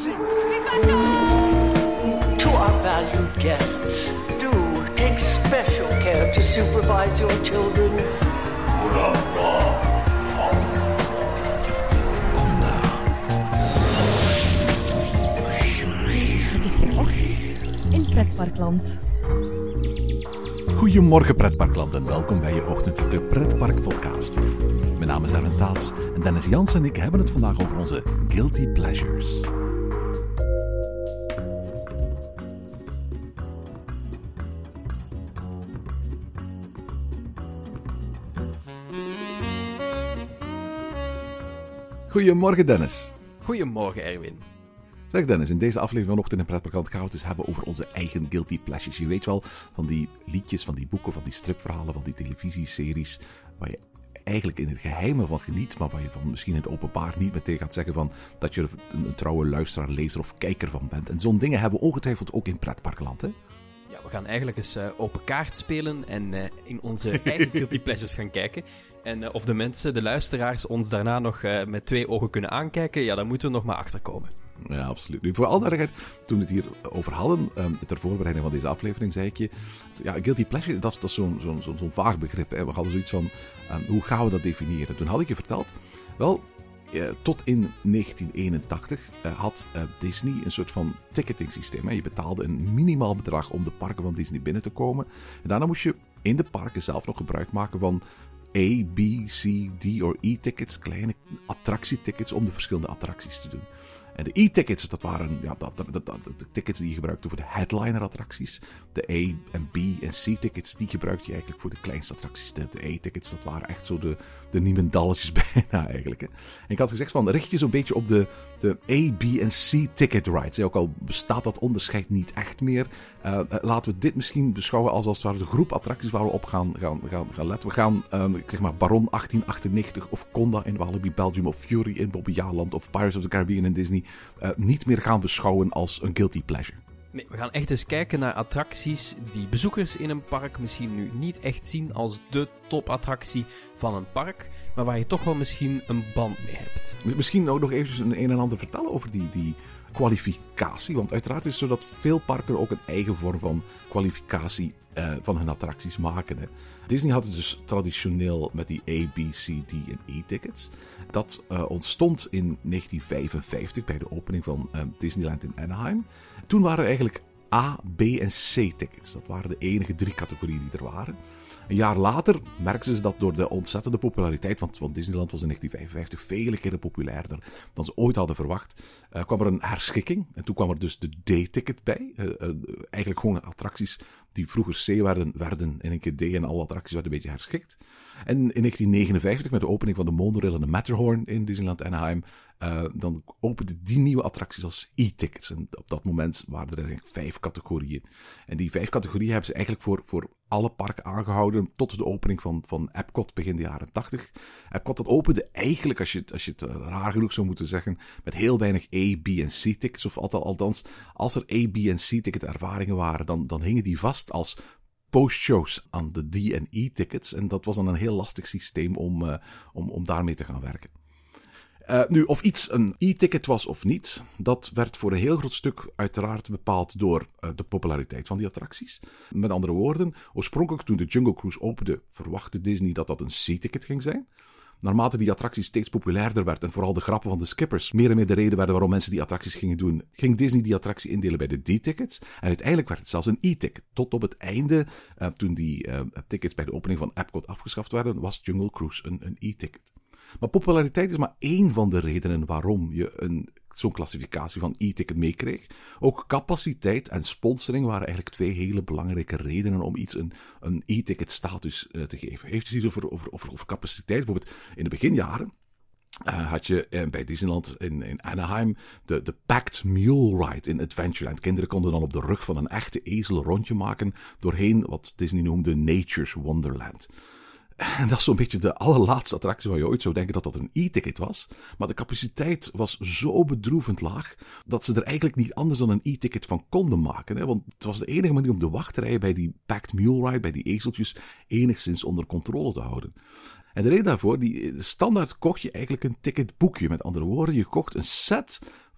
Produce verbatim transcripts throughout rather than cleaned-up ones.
To our valued guests, do take special care to supervise your children. Het is weer ochtend in Pretparkland. Goedemorgen Pretparkland en welkom bij je ochtendelijke Pretpark-podcast. Mijn naam is Erwin Taats en Dennis Jansen en ik hebben het vandaag over onze Guilty Pleasures. Goedemorgen Dennis. Goedemorgen Erwin. Zeg Dennis, in deze aflevering van Ochtend in Pretparkland gaan we het eens hebben over onze eigen Guilty Pleasures. Je weet wel, van die liedjes, van die boeken, van die stripverhalen, van die televisieseries, waar je eigenlijk in het geheim van geniet, maar waar je van misschien in het openbaar niet meteen gaat zeggen van dat je er een, een trouwe luisteraar, lezer of kijker van bent. En zo'n dingen hebben we ongetwijfeld ook in Pretparkland, hè? Ja, we gaan eigenlijk eens uh, open kaart spelen en uh, in onze eigen Guilty Pleasures gaan kijken. En uh, of de mensen, de luisteraars, ons daarna nog uh, met twee ogen kunnen aankijken, ja, daar moeten we nog maar achterkomen. Ja, absoluut. Nu, voor al duidelijkheid, toen we het hier over hadden, um, ter voorbereiding van deze aflevering, zei ik je, ja, Guilty Pleasure, dat is, dat is zo'n, zo'n, zo'n, zo'n vaag begrip. Hè. We hadden zoiets van, um, hoe gaan we dat definiëren? Toen had ik je verteld, wel, uh, tot in negentien eenentachtig uh, had uh, Disney een soort van ticketing systeem. Hè. Je betaalde een minimaal bedrag om de parken van Disney binnen te komen. En daarna moest je in de parken zelf nog gebruik maken van A, B, C, D of E-tickets, kleine attractietickets om de verschillende attracties te doen. En de E-tickets, dat waren ja, dat, dat, dat, dat, de tickets die je gebruikte voor de headliner-attracties. De A en B en C-tickets, die gebruikte je eigenlijk voor de kleinste attracties. De, de A-tickets, dat waren echt zo de, de niemendalletjes bijna eigenlijk. Hè. En ik had gezegd van, richt je zo'n beetje op de, de A, B en C-ticket rides. Ook al bestaat dat onderscheid niet echt meer. Uh, laten we dit misschien beschouwen als, als het ware de groep attracties waar we op gaan, gaan, gaan, gaan letten. We gaan, um, ik zeg maar, Baron achttien achtennegentig of Conda in Walibi Belgium of Fury in Bobbejaanland of Pirates of the Caribbean in Disney Uh, niet meer gaan beschouwen als een guilty pleasure. Nee, we gaan echt eens kijken naar attracties die bezoekers in een park misschien nu niet echt zien als de topattractie van een park, maar waar je toch wel misschien een band mee hebt. Misschien ook nog even een, een en ander vertellen over die, die kwalificatie, want uiteraard is het zo dat veel parken ook een eigen vorm van kwalificatie uh, van hun attracties maken. Hè. Disney had het dus traditioneel met die A, B, C, D en E-tickets. Dat uh, ontstond in negentien vijfenvijftig bij de opening van uh, Disneyland in Anaheim. Toen waren er eigenlijk A, B en C-tickets. Dat waren de enige drie categorieën die er waren. Een jaar later merkten ze dat door de ontzettende populariteit, want, want Disneyland was in negentien vijfenvijftig vele keren populairder dan ze ooit hadden verwacht, uh, kwam er een herschikking. En toen kwam er dus de D-ticket bij. Uh, uh, eigenlijk gewoon attracties die vroeger C werden, werden in een keer D en alle attracties werden een beetje herschikt. En in negentien negenenvijftig, met de opening van de monorail en de Matterhorn in Disneyland Anaheim, uh, dan openden die nieuwe attracties als e-tickets. En op dat moment waren er eigenlijk vijf categorieën. En die vijf categorieën hebben ze eigenlijk voor, voor alle parken aangehouden tot de opening van, van Epcot begin de jaren tachtig. Epcot dat opende eigenlijk, als je, het, als je het raar genoeg zou moeten zeggen, met heel weinig A, B en C-tickets. Of althans, als er A, B en C-ticket ervaringen waren, dan, dan hingen die vast als postshows aan de D en E-tickets. En dat was dan een heel lastig systeem om, uh, om, om daarmee te gaan werken. Uh, nu, of iets een e-ticket was of niet, dat werd voor een heel groot stuk uiteraard bepaald door uh, de populariteit van die attracties. Met andere woorden, oorspronkelijk toen de Jungle Cruise opende, verwachtte Disney dat dat een C-ticket ging zijn. Naarmate die attractie steeds populairder werd en vooral de grappen van de skippers meer en meer de reden werden waarom mensen die attracties gingen doen, ging Disney die attractie indelen bij de D-tickets. En uiteindelijk werd het zelfs een e-ticket. Tot op het einde, uh, toen die uh, tickets bij de opening van Epcot afgeschaft werden, was Jungle Cruise een, een e-ticket. Maar populariteit is maar één van de redenen waarom je een, zo'n klassificatie van e-ticket meekreeg. Ook capaciteit en sponsoring waren eigenlijk twee hele belangrijke redenen om iets een, een e-ticket status uh, te geven. Heeft je iets over, over, over, over capaciteit? Bijvoorbeeld in de beginjaren Uh, had je uh, bij Disneyland in, in Anaheim de, de Packed Mule Ride in Adventureland. Kinderen konden dan op de rug van een echte ezel een rondje maken doorheen wat Disney noemde Nature's Wonderland. En dat is zo'n beetje de allerlaatste attractie waar je ooit zou denken dat dat een e-ticket was. Maar de capaciteit was zo bedroevend laag dat ze er eigenlijk niet anders dan een e-ticket van konden maken. Hè? Want het was de enige manier om de wachtrijen bij die Packed Mule Ride, bij die ezeltjes, enigszins onder controle te houden. En de reden daarvoor, die standaard kocht je eigenlijk een ticketboekje. Met andere woorden, je kocht een set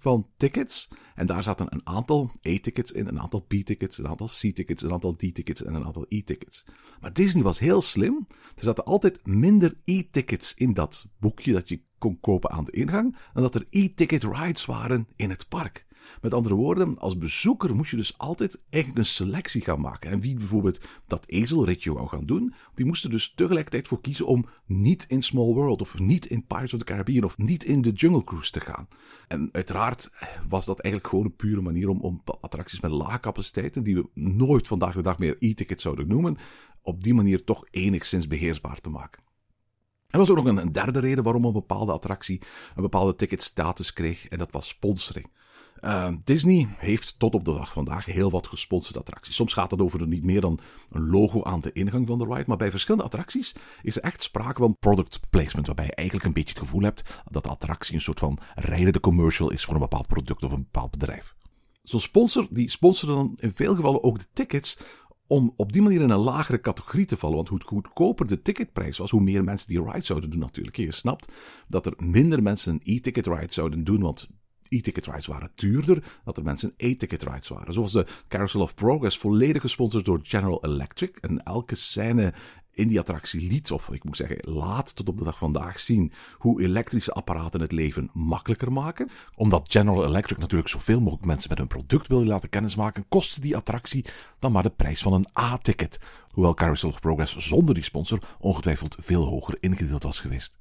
van tickets. En daar zaten een aantal A-tickets in, een aantal B-tickets, een aantal C-tickets, een aantal D-tickets en een aantal E-tickets. Maar Disney was heel slim. Er zaten altijd minder E-tickets in dat boekje dat je kon kopen aan de ingang, dan dat er E-ticket rides waren in het park. Met andere woorden, als bezoeker moest je dus altijd eigenlijk een selectie gaan maken. En wie bijvoorbeeld dat ezelritje wou gaan doen, die moest er dus tegelijkertijd voor kiezen om niet in Small World of niet in Pirates of the Caribbean of niet in de Jungle Cruise te gaan. En uiteraard was dat eigenlijk gewoon een pure manier om, om attracties met lage capaciteiten, die we nooit vandaag de dag meer e-tickets zouden noemen, op die manier toch enigszins beheersbaar te maken. Er was ook nog een, een derde reden waarom een bepaalde attractie een bepaalde ticketstatus kreeg, en dat was sponsoring. Uh, Disney heeft tot op de dag vandaag heel wat gesponsorde attracties. Soms gaat het over niet meer dan een logo aan de ingang van de ride, maar bij verschillende attracties is er echt sprake van product placement, waarbij je eigenlijk een beetje het gevoel hebt dat de attractie een soort van rijdende commercial is voor een bepaald product of een bepaald bedrijf. Zo'n sponsor die sponsorde dan in veel gevallen ook de tickets, om op die manier in een lagere categorie te vallen. Want hoe goedkoper de ticketprijs was, hoe meer mensen die ride zouden doen natuurlijk. Je snapt dat er minder mensen een e-ticket ride zouden doen, want e-ticket rides waren duurder, dat er mensen e-ticket rides waren. Zoals de Carousel of Progress, volledig gesponsord door General Electric. En elke scène in die attractie liet, of ik moet zeggen, laat tot op de dag vandaag zien hoe elektrische apparaten het leven makkelijker maken. Omdat General Electric natuurlijk zoveel mogelijk mensen met hun product wil laten kennismaken, kostte die attractie dan maar de prijs van een A-ticket. Hoewel Carousel of Progress zonder die sponsor ongetwijfeld veel hoger ingedeeld was geweest.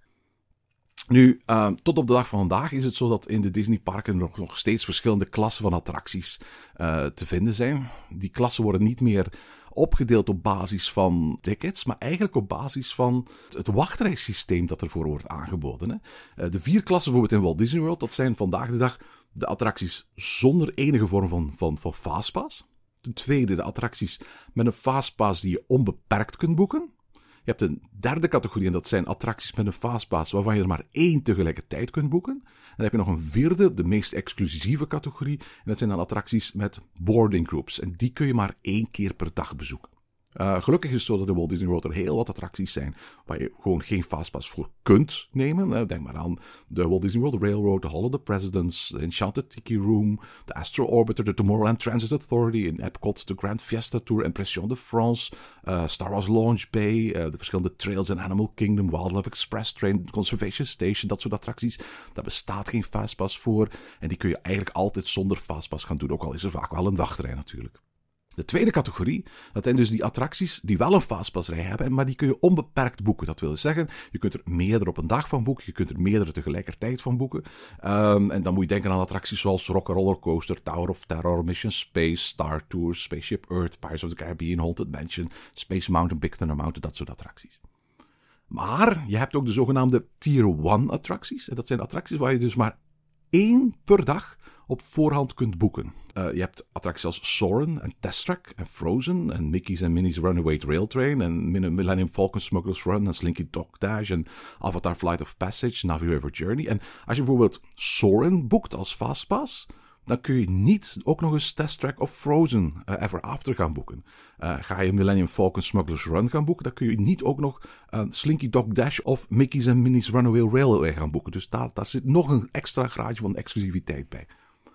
Nu, uh, tot op de dag van vandaag is het zo dat in de Disneyparken nog, nog steeds verschillende klassen van attracties uh, te vinden zijn. Die klassen worden niet meer opgedeeld op basis van tickets, maar eigenlijk op basis van het wachtrijsysteem dat ervoor wordt aangeboden. Hè. Uh, de vier klassen bijvoorbeeld in Walt Disney World, dat zijn vandaag de dag de attracties zonder enige vorm van, van, van fastpass. Ten tweede de attracties met een fastpass die je onbeperkt kunt boeken. Je hebt een derde categorie en dat zijn attracties met een fastpass waarvan je er maar één tegelijkertijd kunt boeken. En dan heb je nog een vierde, de meest exclusieve categorie. En dat zijn dan attracties met boarding groups. En die kun je maar één keer per dag bezoeken. Uh, gelukkig is het zo dat in Walt Disney World er heel wat attracties zijn waar je gewoon geen fastpass voor kunt nemen. Uh, denk maar aan de Walt Disney World Railroad, de Hall of the Presidents, de Enchanted Tiki Room, de Astro Orbiter, de Tomorrowland Transit Authority, in Epcot, de Grand Fiesta Tour, Impression de France, uh, Star Wars Launch Bay, uh, de verschillende trails in Animal Kingdom, Wildlife Express Train, Conservation Station, dat soort attracties. Daar bestaat geen fastpass voor en die kun je eigenlijk altijd zonder fastpass gaan doen, ook al is er vaak wel een wachtrij natuurlijk. De tweede categorie, dat zijn dus die attracties die wel een fastpassrij hebben, maar die kun je onbeperkt boeken. Dat wil zeggen, je kunt er meerdere op een dag van boeken, je kunt er meerdere tegelijkertijd van boeken. Um, en dan moet je denken aan attracties zoals Rock'n'Roller Coaster, Tower of Terror, Mission Space, Star Tours, Spaceship Earth, Pirates of the Caribbean, Haunted Mansion, Space Mountain, Big Thunder Mountain, dat soort attracties. Maar je hebt ook de zogenaamde Tier één attracties. En dat zijn attracties waar je dus maar één per dag op voorhand kunt boeken. Uh, je hebt attracties als Soarin' en Test Track en Frozen en Mickey's en Minnie's Runaway Rail Train en Millennium Falcon Smuggler's Run en Slinky Dog Dash en Avatar Flight of Passage, Navi River Journey. En als je bijvoorbeeld Soarin' boekt als fastpass, dan kun je niet ook nog eens Test Track of Frozen uh, Ever After gaan boeken. Uh, ga je Millennium Falcon Smuggler's Run gaan boeken, dan kun je niet ook nog uh, Slinky Dog Dash of Mickey's en Minnie's Runaway Railway gaan boeken. Dus daar, daar zit nog een extra graadje van exclusiviteit bij.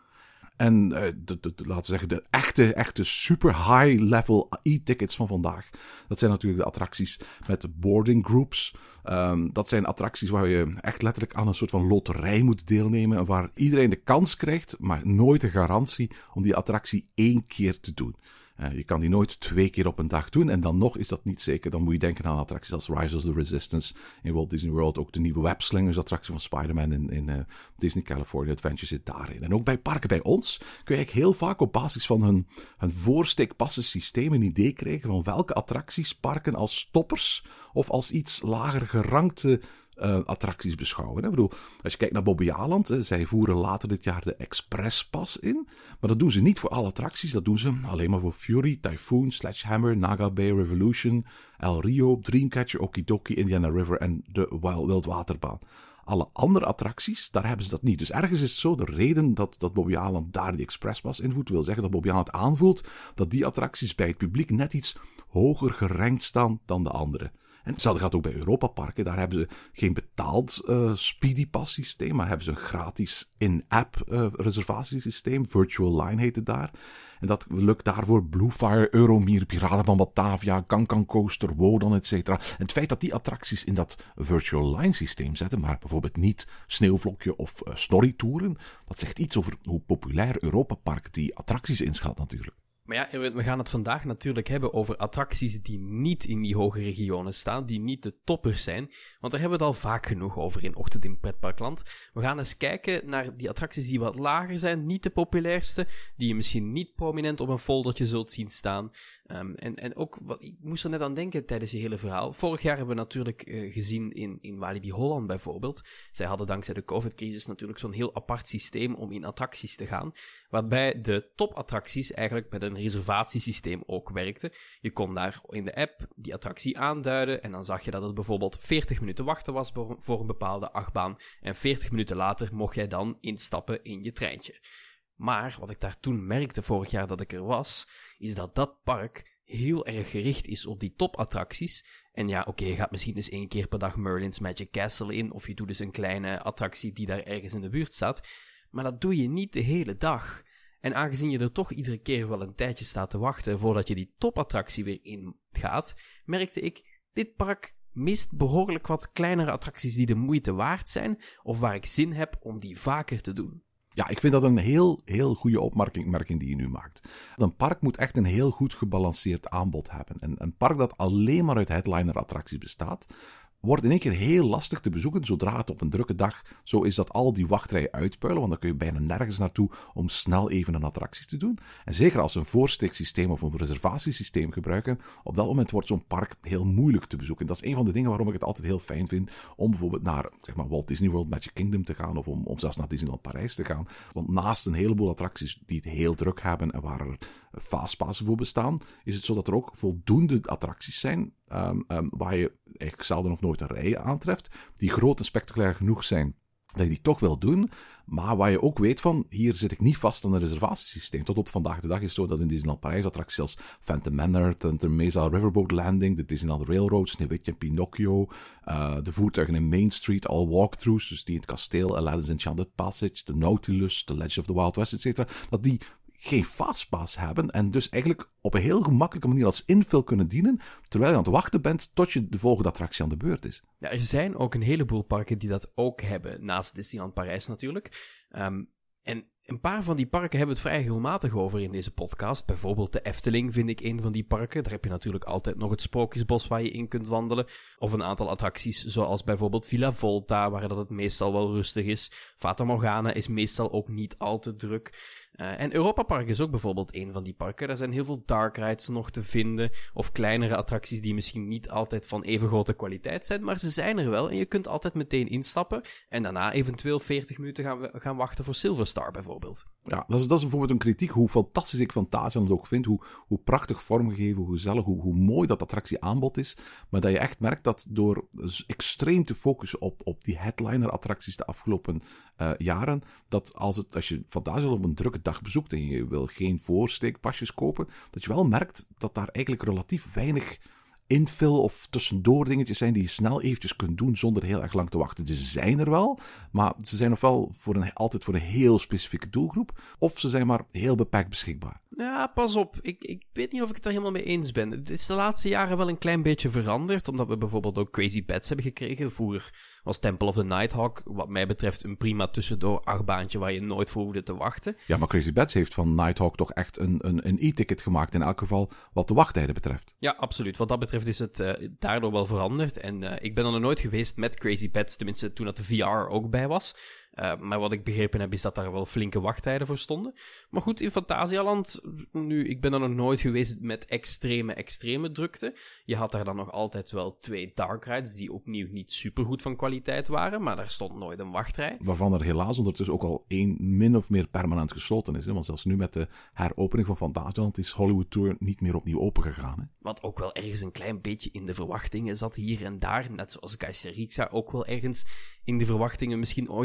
En uh, de, de, de, laten we zeggen, de echte, echte super high-level e-tickets van vandaag. Dat zijn natuurlijk de attracties met de boarding groups. Um, dat zijn attracties waar je echt letterlijk aan een soort van loterij moet deelnemen. Waar iedereen de kans krijgt, maar nooit de garantie om die attractie één keer te doen. Uh, je kan die nooit twee keer op een dag doen. En dan nog is dat niet zeker. Dan moet je denken aan attracties als Rise of the Resistance in Walt Disney World. Ook de nieuwe Webslingers attractie van Spider-Man in, in uh, Disney California Adventure zit daarin. En ook bij parken bij ons kun je eigenlijk heel vaak op basis van hun, hun voorsteekpassensysteem een idee krijgen van welke attracties parken als toppers of als iets lager gerankte Uh, attracties beschouwen. Ik bedoel, als je kijkt naar Bobbejaanland, hè, zij voeren later dit jaar de Expresspas in, maar dat doen ze niet voor alle attracties, dat doen ze alleen maar voor Fury, Typhoon, Sledgehammer, Naga Bay, Revolution, El Rio, Dreamcatcher, Okidoki, Indiana River en de Wildwaterbaan. Alle andere attracties, daar hebben ze dat niet. Dus ergens is het zo, de reden dat, dat Bobbejaanland daar die Expresspas invoert, wil zeggen dat Bobbejaanland aanvoelt dat die attracties bij het publiek net iets hoger gerankt staan dan de andere. En hetzelfde gaat ook bij Europaparken. Daar hebben ze geen betaald uh, Speedy Pass systeem, maar hebben ze een gratis in-app uh, reservatiesysteem. Virtual Line heet het daar. En dat lukt daarvoor Bluefire, Euromir, Piraten van Batavia, Cancan Coaster, Wodan, et cetera. En het feit dat die attracties in dat Virtual Line systeem zetten, maar bijvoorbeeld niet Sneeuwvlokje of uh, Snorri-toeren, dat zegt iets over hoe populair Europapark die attracties inschat natuurlijk. Maar ja, we gaan het vandaag natuurlijk hebben over attracties die niet in die hoge regionen staan, die niet de toppers zijn, want daar hebben we het al vaak genoeg over in Ochtend in Pretparkland. We gaan eens kijken naar die attracties die wat lager zijn, niet de populairste, die je misschien niet prominent op een foldertje zult zien staan. Um, en, en ook, wat, ik moest er net aan denken tijdens die hele verhaal. Vorig jaar hebben we natuurlijk uh, gezien in, in Walibi Holland bijvoorbeeld. Zij hadden dankzij de COVID-crisis natuurlijk zo'n heel apart systeem om in attracties te gaan, waarbij de topattracties eigenlijk met een reservatiesysteem ook werkten. Je kon daar in de app die attractie aanduiden en dan zag je dat het bijvoorbeeld veertig minuten wachten was voor een bepaalde achtbaan en veertig minuten later mocht jij dan instappen in je treintje. Maar wat ik daar toen merkte vorig jaar dat ik er was, is dat dat park heel erg gericht is op die topattracties. En ja, oké, okay, je gaat misschien eens één keer per dag Merlin's Magic Castle in, of je doet dus een kleine attractie die daar ergens in de buurt staat. Maar dat doe je niet de hele dag. En aangezien je er toch iedere keer wel een tijdje staat te wachten voordat je die topattractie weer ingaat, merkte ik, dit park mist behoorlijk wat kleinere attracties die de moeite waard zijn, of waar ik zin heb om die vaker te doen. Ja, ik vind dat een heel, heel goede opmerking die je nu maakt. Een park moet echt een heel goed gebalanceerd aanbod hebben. En een park dat alleen maar uit headliner-attracties bestaat, wordt in één keer heel lastig te bezoeken zodra het op een drukke dag zo is dat al die wachtrijen uitpuilen, want dan kun je bijna nergens naartoe om snel even een attractie te doen. En zeker als ze een voorsteeksysteem of een reservatiesysteem gebruiken, op dat moment wordt zo'n park heel moeilijk te bezoeken. Dat is een van de dingen waarom ik het altijd heel fijn vind om bijvoorbeeld naar zeg maar, Walt Disney World Magic Kingdom te gaan of om, om zelfs naar Disneyland Parijs te gaan. Want naast een heleboel attracties die het heel druk hebben en waar er fastpassen voor bestaan, is het zo dat er ook voldoende attracties zijn Um, um, waar je eigenlijk zelden of nooit een rij aantreft, die groot en spectaculair genoeg zijn dat je die toch wil doen, maar waar je ook weet van, hier zit ik niet vast aan een reservatiesysteem. Tot op vandaag de dag is het zo dat in Disneyland Parijs attracties als Phantom Manor, Thunder Mesa Riverboat Landing, de Disneyland Railroad, Sneeuwwitje en Pinocchio, uh, de voertuigen in Main Street, all walkthroughs, dus die in het kasteel, Aladdin's Enchanted Passage, de Nautilus, The Legend of the Wild West, et cetera, dat die geen fastpass hebben en dus eigenlijk op een heel gemakkelijke manier als invul kunnen dienen, terwijl je aan het wachten bent tot je de volgende attractie aan de beurt is. Ja, er zijn ook een heleboel parken die dat ook hebben, naast Disneyland Parijs natuurlijk. Um, en een paar van die parken hebben we het vrij regelmatig over in deze podcast. Bijvoorbeeld de Efteling vind ik een van die parken. Daar heb je natuurlijk altijd nog het Sprookjesbos waar je in kunt wandelen. Of een aantal attracties zoals bijvoorbeeld Villa Volta, waar dat het meestal wel rustig is. Fata Morgana is meestal ook niet al te druk. Uh, en Europa Park is ook bijvoorbeeld een van die parken. Daar zijn heel veel dark rides nog te vinden. Of kleinere attracties die misschien niet altijd van even grote kwaliteit zijn. Maar ze zijn er wel en je kunt altijd meteen instappen. En daarna eventueel veertig minuten gaan, gaan wachten voor Silver Star bijvoorbeeld. Ja, dat is, dat is bijvoorbeeld een kritiek. Hoe fantastisch ik Fantasieland ook vind. Hoe, hoe prachtig vormgegeven, hoe gezellig, hoe, hoe mooi dat attractieaanbod is. Maar dat je echt merkt dat door extreem te focussen op, op die headliner attracties de afgelopen uh, jaren. Dat als, het, als je Fantasieland op een drukke dag bezoekt en je wil geen voorsteekpasjes kopen, dat je wel merkt dat daar eigenlijk relatief weinig infill of tussendoor dingetjes zijn die je snel eventjes kunt doen zonder heel erg lang te wachten. Ze zijn er wel, maar ze zijn ofwel voor een, altijd voor een heel specifieke doelgroep, of ze zijn maar heel beperkt beschikbaar. Ja, pas op. Ik, ik weet niet of ik het er helemaal mee eens ben. Het is de laatste jaren wel een klein beetje veranderd, omdat we bijvoorbeeld ook Crazy Pets hebben gekregen. Vroeger was Temple of the Nighthawk, wat mij betreft, een prima tussendoor achtbaantje waar je nooit voor hoefde te wachten. Ja, maar Crazy Pets heeft van Nighthawk toch echt een, een, een e-ticket gemaakt, in elk geval wat de wachttijden betreft. Ja, absoluut. Wat dat betreft is het uh, daardoor wel veranderd. En uh, ik ben er nog nooit geweest met Crazy Pets, tenminste toen dat de V R ook bij was. Uh, maar wat ik begrepen heb is dat daar wel flinke wachttijden voor stonden. Maar goed, in Fantasialand, nu, ik ben er nog nooit geweest met extreme, extreme drukte. Je had daar dan nog altijd wel twee dark rides die opnieuw niet supergoed van kwaliteit waren, maar daar stond nooit een wachtrij. Waarvan er helaas ondertussen ook al één min of meer permanent gesloten is. Hè? Want zelfs nu met de heropening van Fantasialand is Hollywood Tour niet meer opnieuw opengegaan. Hè? Wat ook wel ergens een klein beetje in de verwachtingen zat hier en daar. Net zoals Geisterriksja ook wel ergens in de verwachtingen misschien ooit datzelfde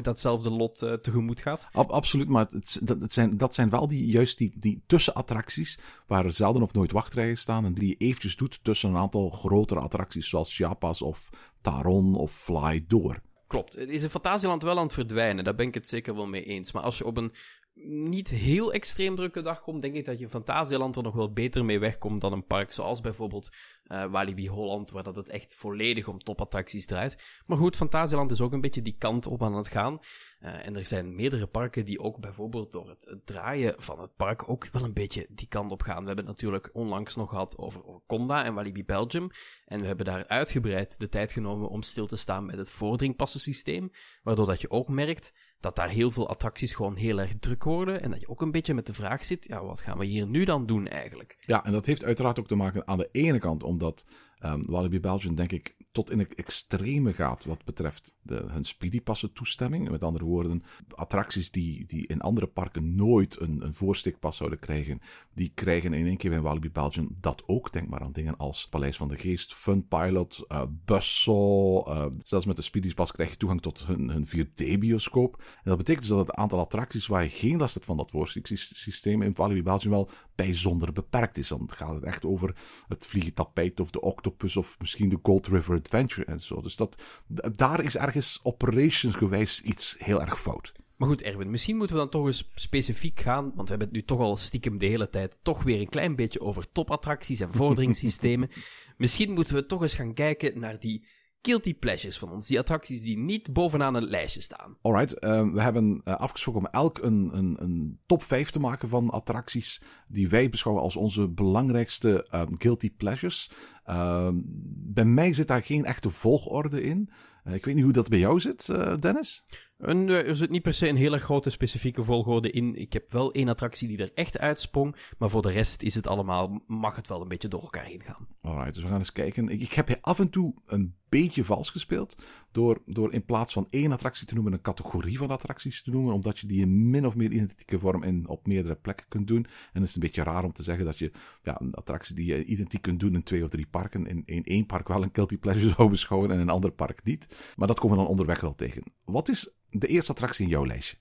hetzelfde lot uh, tegemoet gaat? Ab- absoluut, maar het, dat, het zijn, dat zijn wel die, juist die, die tussenattracties waar er zelden of nooit wachtrijen staan en die je eventjes doet tussen een aantal grotere attracties zoals Chiapas of Taron of Fly door. Klopt, het is in Fantasieland wel aan het verdwijnen, daar ben ik het zeker wel mee eens. Maar als je op een niet heel extreem drukke dag komt, denk ik dat je in Fantasieland er nog wel beter mee wegkomt dan een park zoals bijvoorbeeld uh, Walibi Holland, waar dat het echt volledig om topattracties draait. Maar goed, Fantasieland is ook een beetje die kant op aan het gaan. Uh, en er zijn meerdere parken die ook bijvoorbeeld door het, het draaien van het park ook wel een beetje die kant op gaan. We hebben het natuurlijk onlangs nog gehad over, over Conda en Walibi Belgium. En we hebben daar uitgebreid de tijd genomen om stil te staan met het voordringpassensysteem, waardoor dat je ook merkt dat daar heel veel attracties gewoon heel erg druk worden en dat je ook een beetje met de vraag zit, ja, wat gaan we hier nu dan doen eigenlijk? Ja, en dat heeft uiteraard ook te maken aan de ene kant, omdat um, Walibi Belgium, denk ik, tot in het extreme gaat wat betreft de, hun speedypassen toestemming. Met andere woorden, attracties die, die in andere parken nooit een, een voorstikpas zouden krijgen, die krijgen in één keer bij Walibi Belgium dat ook. Denk maar aan dingen als Paleis van de Geest, Fun Pilot, uh, Buzzsaw. Uh, zelfs met de speedypas krijg je toegang tot hun, hun vier D-bioscoop. En dat betekent dus dat het aantal attracties waar je geen last hebt van dat voorstiksysteem in Walibi Belgium wel bijzonder beperkt is. Dan gaat het echt over het vliegentapijt of de octopus of misschien de Gold River Adventure en zo. Dus dat, daar is ergens operationsgewijs iets heel erg fout. Maar goed, Erwin, misschien moeten we dan toch eens specifiek gaan, want we hebben het nu toch al stiekem de hele tijd toch weer een klein beetje over topattracties en vorderingssystemen. Misschien moeten we toch eens gaan kijken naar die guilty pleasures van ons, die attracties die niet bovenaan een lijstje staan. Alright, uh, we hebben uh, afgesproken om elk een, een, een top vijf te maken van attracties die wij beschouwen als onze belangrijkste uh, guilty pleasures. Uh, bij mij zit daar geen echte volgorde in. Uh, ik weet niet hoe dat bij jou zit, uh, Dennis? En, uh, er zit niet per se een hele grote specifieke volgorde in. Ik heb wel één attractie die er echt uitsprong, maar voor de rest is het allemaal, mag het wel een beetje door elkaar heen gaan. Alright, dus we gaan eens kijken. Ik, ik heb af en toe een beetje vals gespeeld door, door in plaats van één attractie te noemen een categorie van attracties te noemen, omdat je die in min of meer identieke vorm in, op meerdere plekken kunt doen. En het is een beetje raar om te zeggen dat je ja, een attractie die je identiek kunt doen in twee of drie parken, in, in één park wel een guilty pleasure zou beschouwen en in een ander park niet. Maar dat komen we dan onderweg wel tegen. Wat is de eerste attractie in jouw lijstje?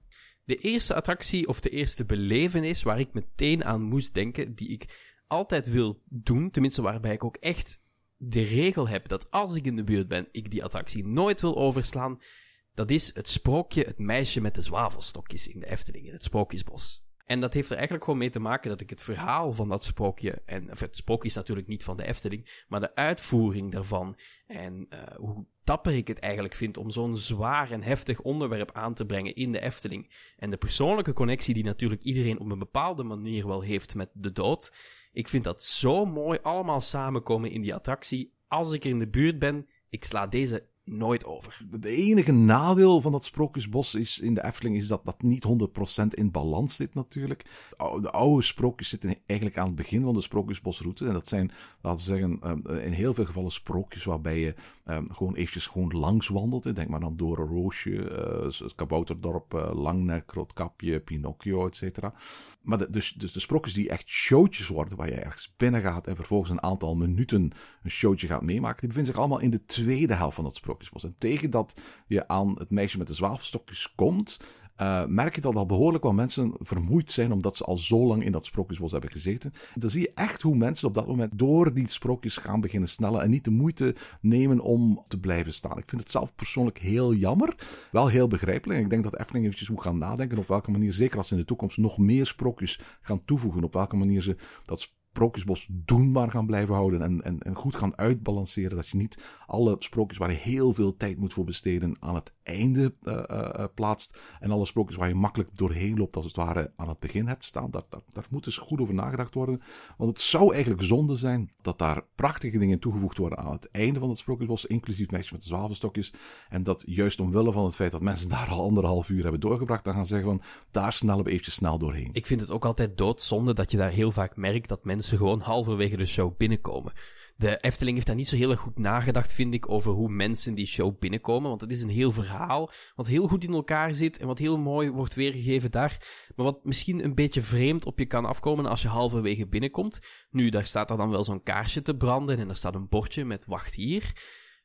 De eerste attractie of de eerste belevenis waar ik meteen aan moest denken, die ik altijd wil doen, tenminste waarbij ik ook echt de regel heb dat als ik in de buurt ben, ik die attractie nooit wil overslaan, dat is het sprookje Het Meisje met de Zwavelstokjes in de Efteling, in het Sprookjesbos. En dat heeft er eigenlijk gewoon mee te maken dat ik het verhaal van dat sprookje, en of het sprookje is natuurlijk niet van de Efteling, maar de uitvoering daarvan en uh, hoe dapper ik het eigenlijk vind om zo'n zwaar en heftig onderwerp aan te brengen in de Efteling. En de persoonlijke connectie die natuurlijk iedereen op een bepaalde manier wel heeft met de dood. Ik vind dat zo mooi allemaal samenkomen in die attractie. Als ik er in de buurt ben, ik sla deze nooit over. Het enige nadeel van dat Sprookjesbos is in de Efteling is dat dat niet honderd procent in balans zit natuurlijk. De oude sprookjes zitten eigenlijk aan het begin van de Sprookjesbosroute. En dat zijn, laten we zeggen, in heel veel gevallen sprookjes waarbij je um, gewoon eventjes gewoon langs wandelt. Denk maar aan Doornroosje, uh, het Kabouterdorp, uh, Langnek, Roodkapje, Pinocchio, et cetera. Maar de, dus, dus de sprookjes die echt showtjes worden, waar je ergens binnen gaat en vervolgens een aantal minuten een showtje gaat meemaken, die bevinden zich allemaal in de tweede helft van dat Sprookjesbos. En tegen dat je aan Het Meisje met de Zwavelstokjes komt, uh, merk je dat al behoorlijk wat mensen vermoeid zijn omdat ze al zo lang in dat Sprookjesbos hebben gezeten. Dan zie je echt hoe mensen op dat moment door die sprookjes gaan beginnen snellen en niet de moeite nemen om te blijven staan. Ik vind het zelf persoonlijk heel jammer. Wel heel begrijpelijk. En ik denk dat Efteling eventjes moet gaan nadenken op welke manier, zeker als ze in de toekomst nog meer sprookjes gaan toevoegen, op welke manier ze dat Sprookjesbos doenbaar gaan blijven houden en, en, en goed gaan uitbalanceren. Dat je niet alle sprookjes waar je heel veel tijd moet voor besteden aan het einde uh, uh, plaatst. En alle sprookjes waar je makkelijk doorheen loopt als het ware aan het begin hebt staan. Daar, daar, daar moet dus goed over nagedacht worden. Want het zou eigenlijk zonde zijn dat daar prachtige dingen toegevoegd worden aan het einde van het Sprookjesbos. Inclusief Meisje met de Zwavelstokjes. En dat juist omwille van het feit dat mensen daar al anderhalf uur hebben doorgebracht. Dan gaan zeggen van daar snellen we eventjes snel doorheen. Ik vind het ook altijd doodzonde dat je daar heel vaak merkt dat mensen Mensen gewoon halverwege de show binnenkomen. De Efteling heeft daar niet zo heel erg goed nagedacht, vind ik, over hoe mensen die show binnenkomen. Want het is een heel verhaal, wat heel goed in elkaar zit en wat heel mooi wordt weergegeven daar. Maar wat misschien een beetje vreemd op je kan afkomen als je halverwege binnenkomt. Nu, daar staat er dan wel zo'n kaarsje te branden en er staat een bordje met wacht hier.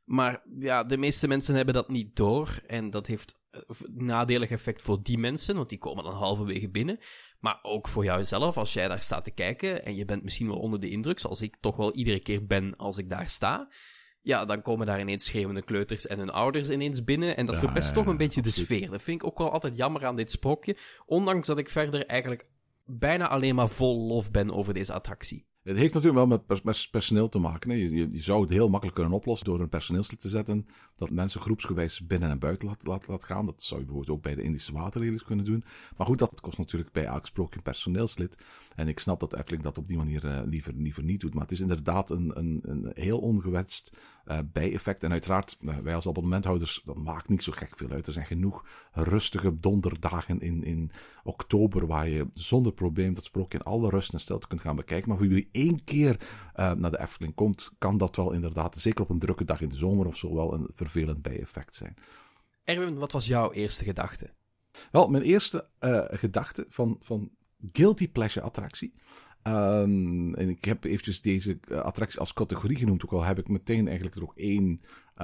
Maar ja, de meeste mensen hebben dat niet door. En dat heeft een nadelig effect voor die mensen, want die komen dan halverwege binnen. Maar ook voor jouzelf, als jij daar staat te kijken en je bent misschien wel onder de indruk, zoals ik toch wel iedere keer ben als ik daar sta. Ja, dan komen daar ineens schreeuwende kleuters en hun ouders ineens binnen. En dat ja, verpest ja, toch een beetje absoluut. De sfeer. Dat vind ik ook wel altijd jammer aan dit sprookje. Ondanks dat ik verder eigenlijk bijna alleen maar vol lof ben over deze attractie. Het heeft natuurlijk wel met pers- personeel te maken. Hè. Je, je, je zou het heel makkelijk kunnen oplossen door een personeelslid te zetten dat mensen groepsgewijs binnen en buiten laat, laat, laat gaan. Dat zou je bijvoorbeeld ook bij de Indische waterlelies kunnen doen. Maar goed, dat kost natuurlijk bij elk sprookje een personeelslid. En ik snap dat Efteling dat op die manier uh, liever, liever niet doet. Maar het is inderdaad een, een, een heel ongewenst uh, bijeffect. En uiteraard, uh, wij als abonnementhouders, dat maakt niet zo gek veel uit. Er zijn genoeg rustige donderdagen in, in oktober waar je zonder probleem dat sprookje in alle rust en stilte kunt gaan bekijken. Maar voor jullie één keer uh, naar de Efteling komt, kan dat wel inderdaad, zeker op een drukke dag in de zomer of zo, wel een vervelend bijeffect zijn. Erwin, wat was jouw eerste gedachte? Wel, mijn eerste uh, gedachte van, van guilty pleasure attractie. Um, en ik heb eventjes deze uh, attractie als categorie genoemd, ook al heb ik meteen eigenlijk er ook één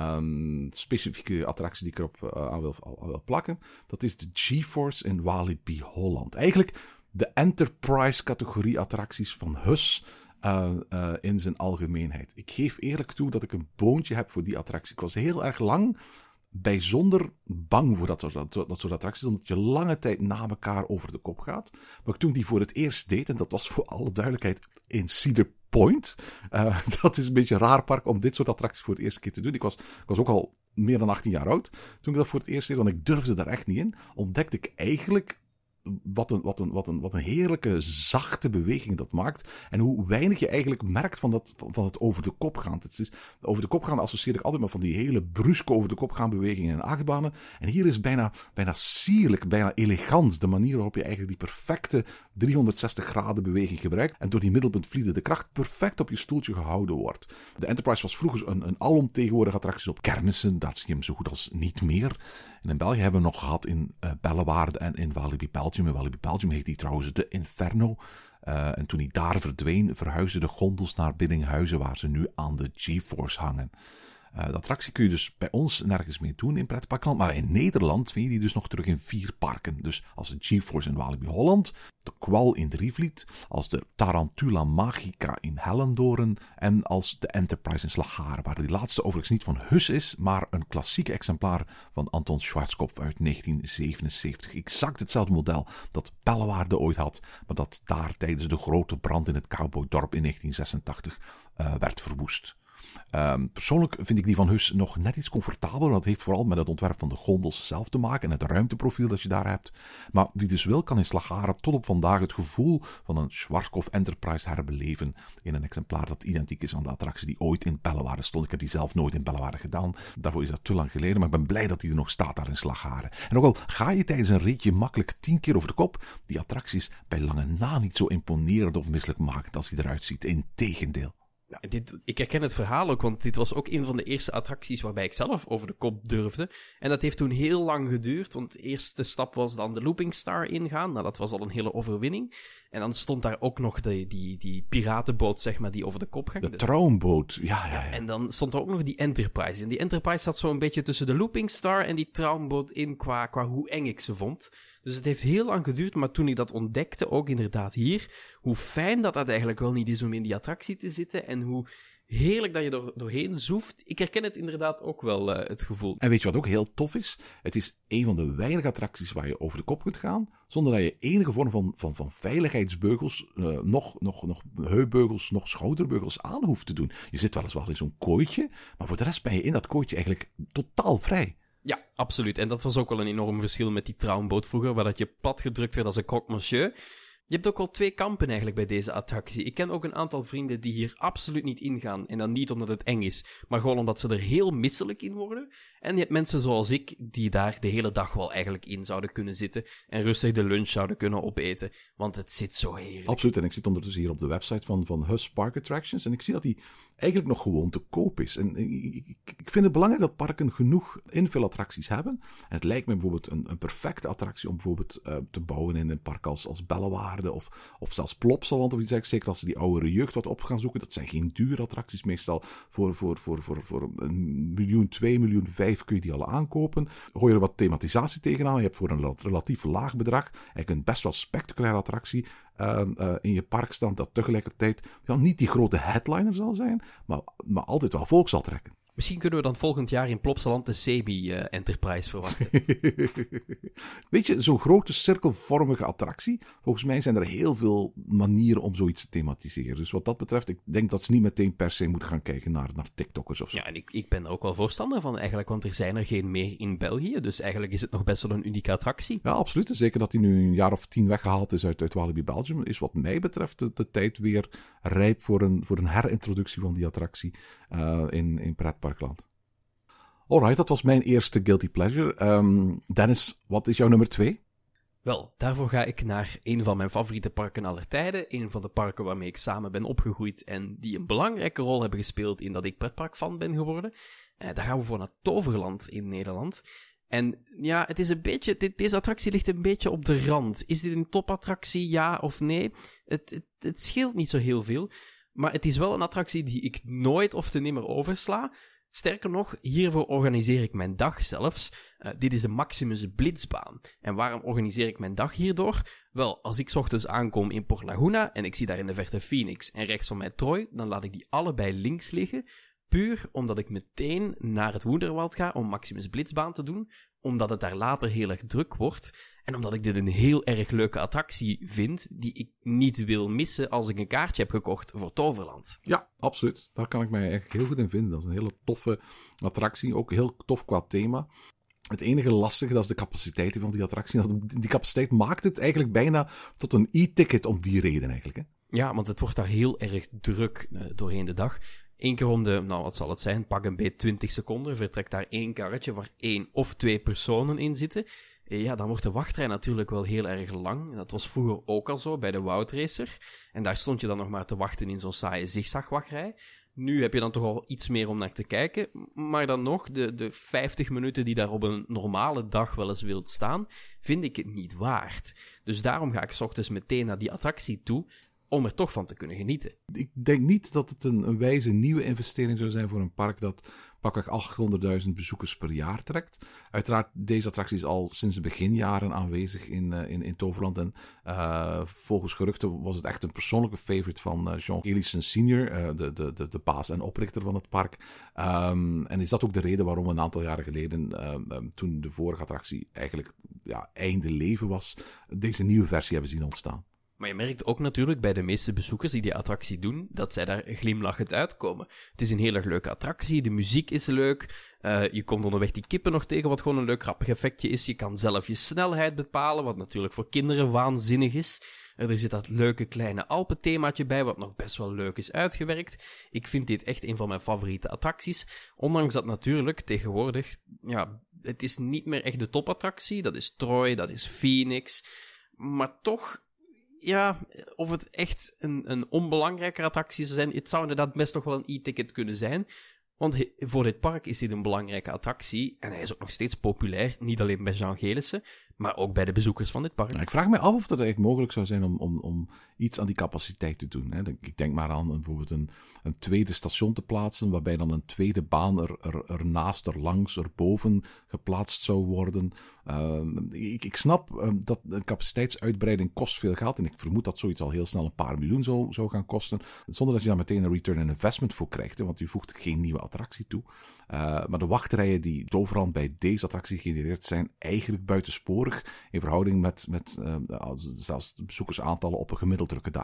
um, specifieke attractie die ik erop uh, aan, wil, aan wil plakken. Dat is de GeForce in Walibi Holland. Eigenlijk de Enterprise-categorie attracties van Hus uh, uh, in zijn algemeenheid. Ik geef eerlijk toe dat ik een boontje heb voor die attractie. Ik was heel erg lang bijzonder bang voor dat soort, dat, dat soort attracties, omdat je lange tijd na elkaar over de kop gaat. Maar toen die voor het eerst deed, en dat was voor alle duidelijkheid in Cedar Point. Uh, dat is een beetje een raar park om dit soort attracties voor het eerste keer te doen. Ik was, ik was ook al meer dan achttien jaar oud toen ik dat voor het eerst deed, want ik durfde daar echt niet in. Ontdekte ik eigenlijk Wat een, wat, een, wat, een, wat een heerlijke, zachte beweging dat maakt. En hoe weinig je eigenlijk merkt van, dat, van het over de kop gaan. Het is, over de kop gaan associeer ik altijd maar van die hele bruske over de kop gaan bewegingen in achtbanen. En hier is bijna, bijna sierlijk, bijna elegant de manier waarop je eigenlijk die perfecte driehonderdzestig graden beweging gebruikt. En door die middelpuntvliedende kracht perfect op je stoeltje gehouden wordt. De Enterprise was vroeger een, een alomtegenwoordige attractie op kermissen. Daar zie je hem zo goed als niet meer. En in België hebben we nog gehad in uh, Bellewaarde en in Walibi Belgium. In Walibi Belgium heet die trouwens de Inferno. Uh, en toen hij daar verdween, verhuisden de gondels naar Biddinghuizen, waar ze nu aan de GeForce hangen. Uh, de attractie kun je dus bij ons nergens meer doen in pretparkland. Maar in Nederland vind je die dus nog terug in vier parken. Dus als de GeForce in Walibi Holland, de Kwal in Drievliet, als de Tarantula Magica in Hellendoorn en als de Enterprise in Slagharen. Waar die laatste overigens niet van Hus is, maar een klassiek exemplaar van Anton Schwarzkopf uit negentien zevenenzeventig. Exact hetzelfde model dat Bellewaarde ooit had, maar dat daar tijdens de grote brand in het cowboydorp in negentien zesentachtig uh, werd verwoest. Um, persoonlijk vind ik die van Hus nog net iets comfortabeler. Dat heeft vooral met het ontwerp van de gondels zelf te maken en het ruimteprofiel dat je daar hebt. Maar wie dus wil, kan in Slagharen tot op vandaag het gevoel van een Schwarzkopf Enterprise herbeleven in een exemplaar dat identiek is aan de attractie die ooit in Bellewaarde stond. Ik heb die zelf nooit in Bellewaarde gedaan. Daarvoor is dat te lang geleden, maar ik ben blij dat die er nog staat daar in Slagharen. En ook al ga je tijdens een ritje makkelijk tien keer over de kop, die attractie is bij lange na niet zo imponerend of misselijkmakend als hij eruit ziet. Integendeel. Ja, dit, ik herken het verhaal ook, want dit was ook een van de eerste attracties waarbij ik zelf over de kop durfde. En dat heeft toen heel lang geduurd, want de eerste stap was dan de Looping Star ingaan. Nou, dat was al een hele overwinning. En dan stond daar ook nog de, die, die piratenboot, zeg maar, die over de kop ging. De Traumboot, ja, ja, ja. En dan stond er ook nog die Enterprise. En die Enterprise zat zo een beetje tussen de Looping Star en die Traumboot in qua, qua hoe eng ik ze vond. Dus het heeft heel lang geduurd, maar toen ik dat ontdekte, ook inderdaad hier, hoe fijn dat dat eigenlijk wel niet is om in die attractie te zitten en hoe heerlijk dat je er doorheen zoeft. Ik herken het inderdaad ook wel, uh, het gevoel. En weet je wat ook heel tof is? Het is een van de weinige attracties waar je over de kop kunt gaan, zonder dat je enige vorm van, van, van veiligheidsbeugels, uh, nog, nog, nog heupbeugels, nog schouderbeugels aan hoeft te doen. Je zit weliswaar in zo'n kooitje, maar voor de rest ben je in dat kooitje eigenlijk totaal vrij. Ja, absoluut. En dat was ook wel een enorm verschil met die Traumboot vroeger, waar dat je plat gedrukt werd als een croque monsieur. Je hebt ook wel twee kampen eigenlijk bij deze attractie. Ik ken ook een aantal vrienden die hier absoluut niet ingaan. En dan niet omdat het eng is, maar gewoon omdat ze er heel misselijk in worden. En je hebt mensen zoals ik, die daar de hele dag wel eigenlijk in zouden kunnen zitten en rustig de lunch zouden kunnen opeten, want het zit zo heerlijk. Absoluut, en ik zit ondertussen hier op de website van, van Huss Park Attractions en ik zie dat die eigenlijk nog gewoon te koop is. En ik, ik, ik vind het belangrijk dat parken genoeg invulattracties hebben. En het lijkt me bijvoorbeeld een, een perfecte attractie om bijvoorbeeld uh, te bouwen in een park als, als Bellewaarde of, of zelfs Plopsaland of iets dergelijks. Zeker als ze die oudere jeugd wat op gaan zoeken. Dat zijn geen dure attracties. Meestal voor, voor, voor, voor, voor een miljoen, twee miljoen, vijf kun je die al aankopen. Gooi je er wat thematisatie tegenaan. Je hebt voor een relatief laag bedrag eigenlijk een best wel spectaculaire attractie Uh, uh, in je park staan dat tegelijkertijd ja, niet die grote headliner zal zijn, maar, maar altijd wel volk zal trekken. Misschien kunnen we dan volgend jaar in Plopsaland de Semi-Enterprise verwachten. Weet je, zo'n grote cirkelvormige attractie, volgens mij zijn er heel veel manieren om zoiets te thematiseren. Dus wat dat betreft, ik denk dat ze niet meteen per se moeten gaan kijken naar, naar TikTokkers of zo. Ja, en ik, ik ben er ook wel voorstander van eigenlijk, want er zijn er geen meer in België, dus eigenlijk is het nog best wel een unieke attractie. Ja, absoluut. Zeker dat die nu een jaar of tien weggehaald is uit, uit Walibi Belgium, is wat mij betreft de, de tijd weer rijp voor een, voor een herintroductie van die attractie uh, in, in pretparkland. Alright, dat was mijn eerste guilty pleasure. Um, Dennis, wat is jouw nummer twee? Wel, daarvoor ga ik naar een van mijn favoriete parken aller tijden. Een van de parken waarmee ik samen ben opgegroeid en die een belangrijke rol hebben gespeeld in dat ik pretparkfan ben geworden. Uh, daar gaan we voor naar Toverland in Nederland. En ja, het is een beetje, dit, deze attractie ligt een beetje op de rand. Is dit een topattractie, ja of nee? Het, het, het scheelt niet zo heel veel. Maar het is wel een attractie die ik nooit of te nimmer oversla. Sterker nog, hiervoor organiseer ik mijn dag zelfs. Uh, dit is de Maximus Blitzbaan. En waarom organiseer ik mijn dag hierdoor? Wel, als ik 's ochtends aankom in Port Laguna en ik zie daar in de verte Phoenix en rechts van mij Troy, dan laat ik die allebei links liggen. Puur omdat ik meteen naar het Wonderwald ga om Maximus Blitzbaan te doen. Omdat het daar later heel erg druk wordt. En omdat ik dit een heel erg leuke attractie vind, die ik niet wil missen als ik een kaartje heb gekocht voor Toverland. Ja, absoluut. Daar kan ik mij eigenlijk heel goed in vinden. Dat is een hele toffe attractie, ook heel tof qua thema. Het enige lastige, dat is de capaciteit van die attractie. Die capaciteit maakt het eigenlijk bijna tot een e-ticket om die reden eigenlijk. Hè? Ja, want het wordt daar heel erg druk uh, doorheen de dag. Eén keer om de, nou wat zal het zijn, pak een beetje twintig seconden, vertrekt daar één karretje waar één of twee personen in zitten. Ja, dan wordt de wachtrij natuurlijk wel heel erg lang. Dat was vroeger ook al zo bij de Wout Racer. En daar stond je dan nog maar te wachten in zo'n saaie zigzagwachtrij. Nu heb je dan toch al iets meer om naar te kijken. Maar dan nog, de, de vijftig minuten die daar op een normale dag wel eens wilt staan, vind ik het niet waard. Dus daarom ga ik 's ochtends meteen naar die attractie toe, om er toch van te kunnen genieten. Ik denk niet dat het een, een wijze nieuwe investering zou zijn voor een park dat pakweg achthonderdduizend bezoekers per jaar trekt. Uiteraard, deze attractie is al sinds de beginjaren aanwezig in, uh, in, in Toverland. En uh, volgens geruchten was het echt een persoonlijke favorite van uh, John Ellison senior, uh, de, de, de, de baas en oprichter van het park. Um, en is dat ook de reden waarom een aantal jaren geleden, uh, um, toen de vorige attractie eigenlijk ja, einde leven was, deze nieuwe versie hebben zien ontstaan. Maar je merkt ook natuurlijk bij de meeste bezoekers die die attractie doen, dat zij daar glimlachend uitkomen. Het is een heel erg leuke attractie, de muziek is leuk, uh, je komt onderweg die kippen nog tegen, wat gewoon een leuk grappig effectje is. Je kan zelf je snelheid bepalen, wat natuurlijk voor kinderen waanzinnig is. Er zit dat leuke kleine Alpenthemaatje bij, wat nog best wel leuk is uitgewerkt. Ik vind dit echt een van mijn favoriete attracties. Ondanks dat natuurlijk tegenwoordig, ja, het is niet meer echt de topattractie. Dat is Troy, dat is Phoenix. Maar toch, ja, of het echt een, een onbelangrijke attractie zou zijn, het zou inderdaad best nog wel een e-ticket kunnen zijn. Want he, voor dit park is dit een belangrijke attractie. En hij is ook nog steeds populair. Niet alleen bij Jean Gelissen, maar ook bij de bezoekers van dit park. Nou, ik vraag me af of het eigenlijk mogelijk zou zijn om, om, om iets aan die capaciteit te doen. Hè. Ik denk maar aan bijvoorbeeld een, een tweede station te plaatsen, waarbij dan een tweede baan er, er, ernaast, erlangs, erboven geplaatst zou worden. Uh, ik, ik snap uh, dat een capaciteitsuitbreiding kost veel geld. En ik vermoed dat zoiets al heel snel een paar miljoen zou, zou gaan kosten. Zonder dat je daar meteen een return on investment voor krijgt. Hè, want je voegt geen nieuwe attractie toe. Uh, maar de wachtrijen die Toverland bij deze attractie genereert, zijn eigenlijk buitensporig in verhouding met, met uh, zelfs de bezoekersaantallen op een gemiddeld drukke dag.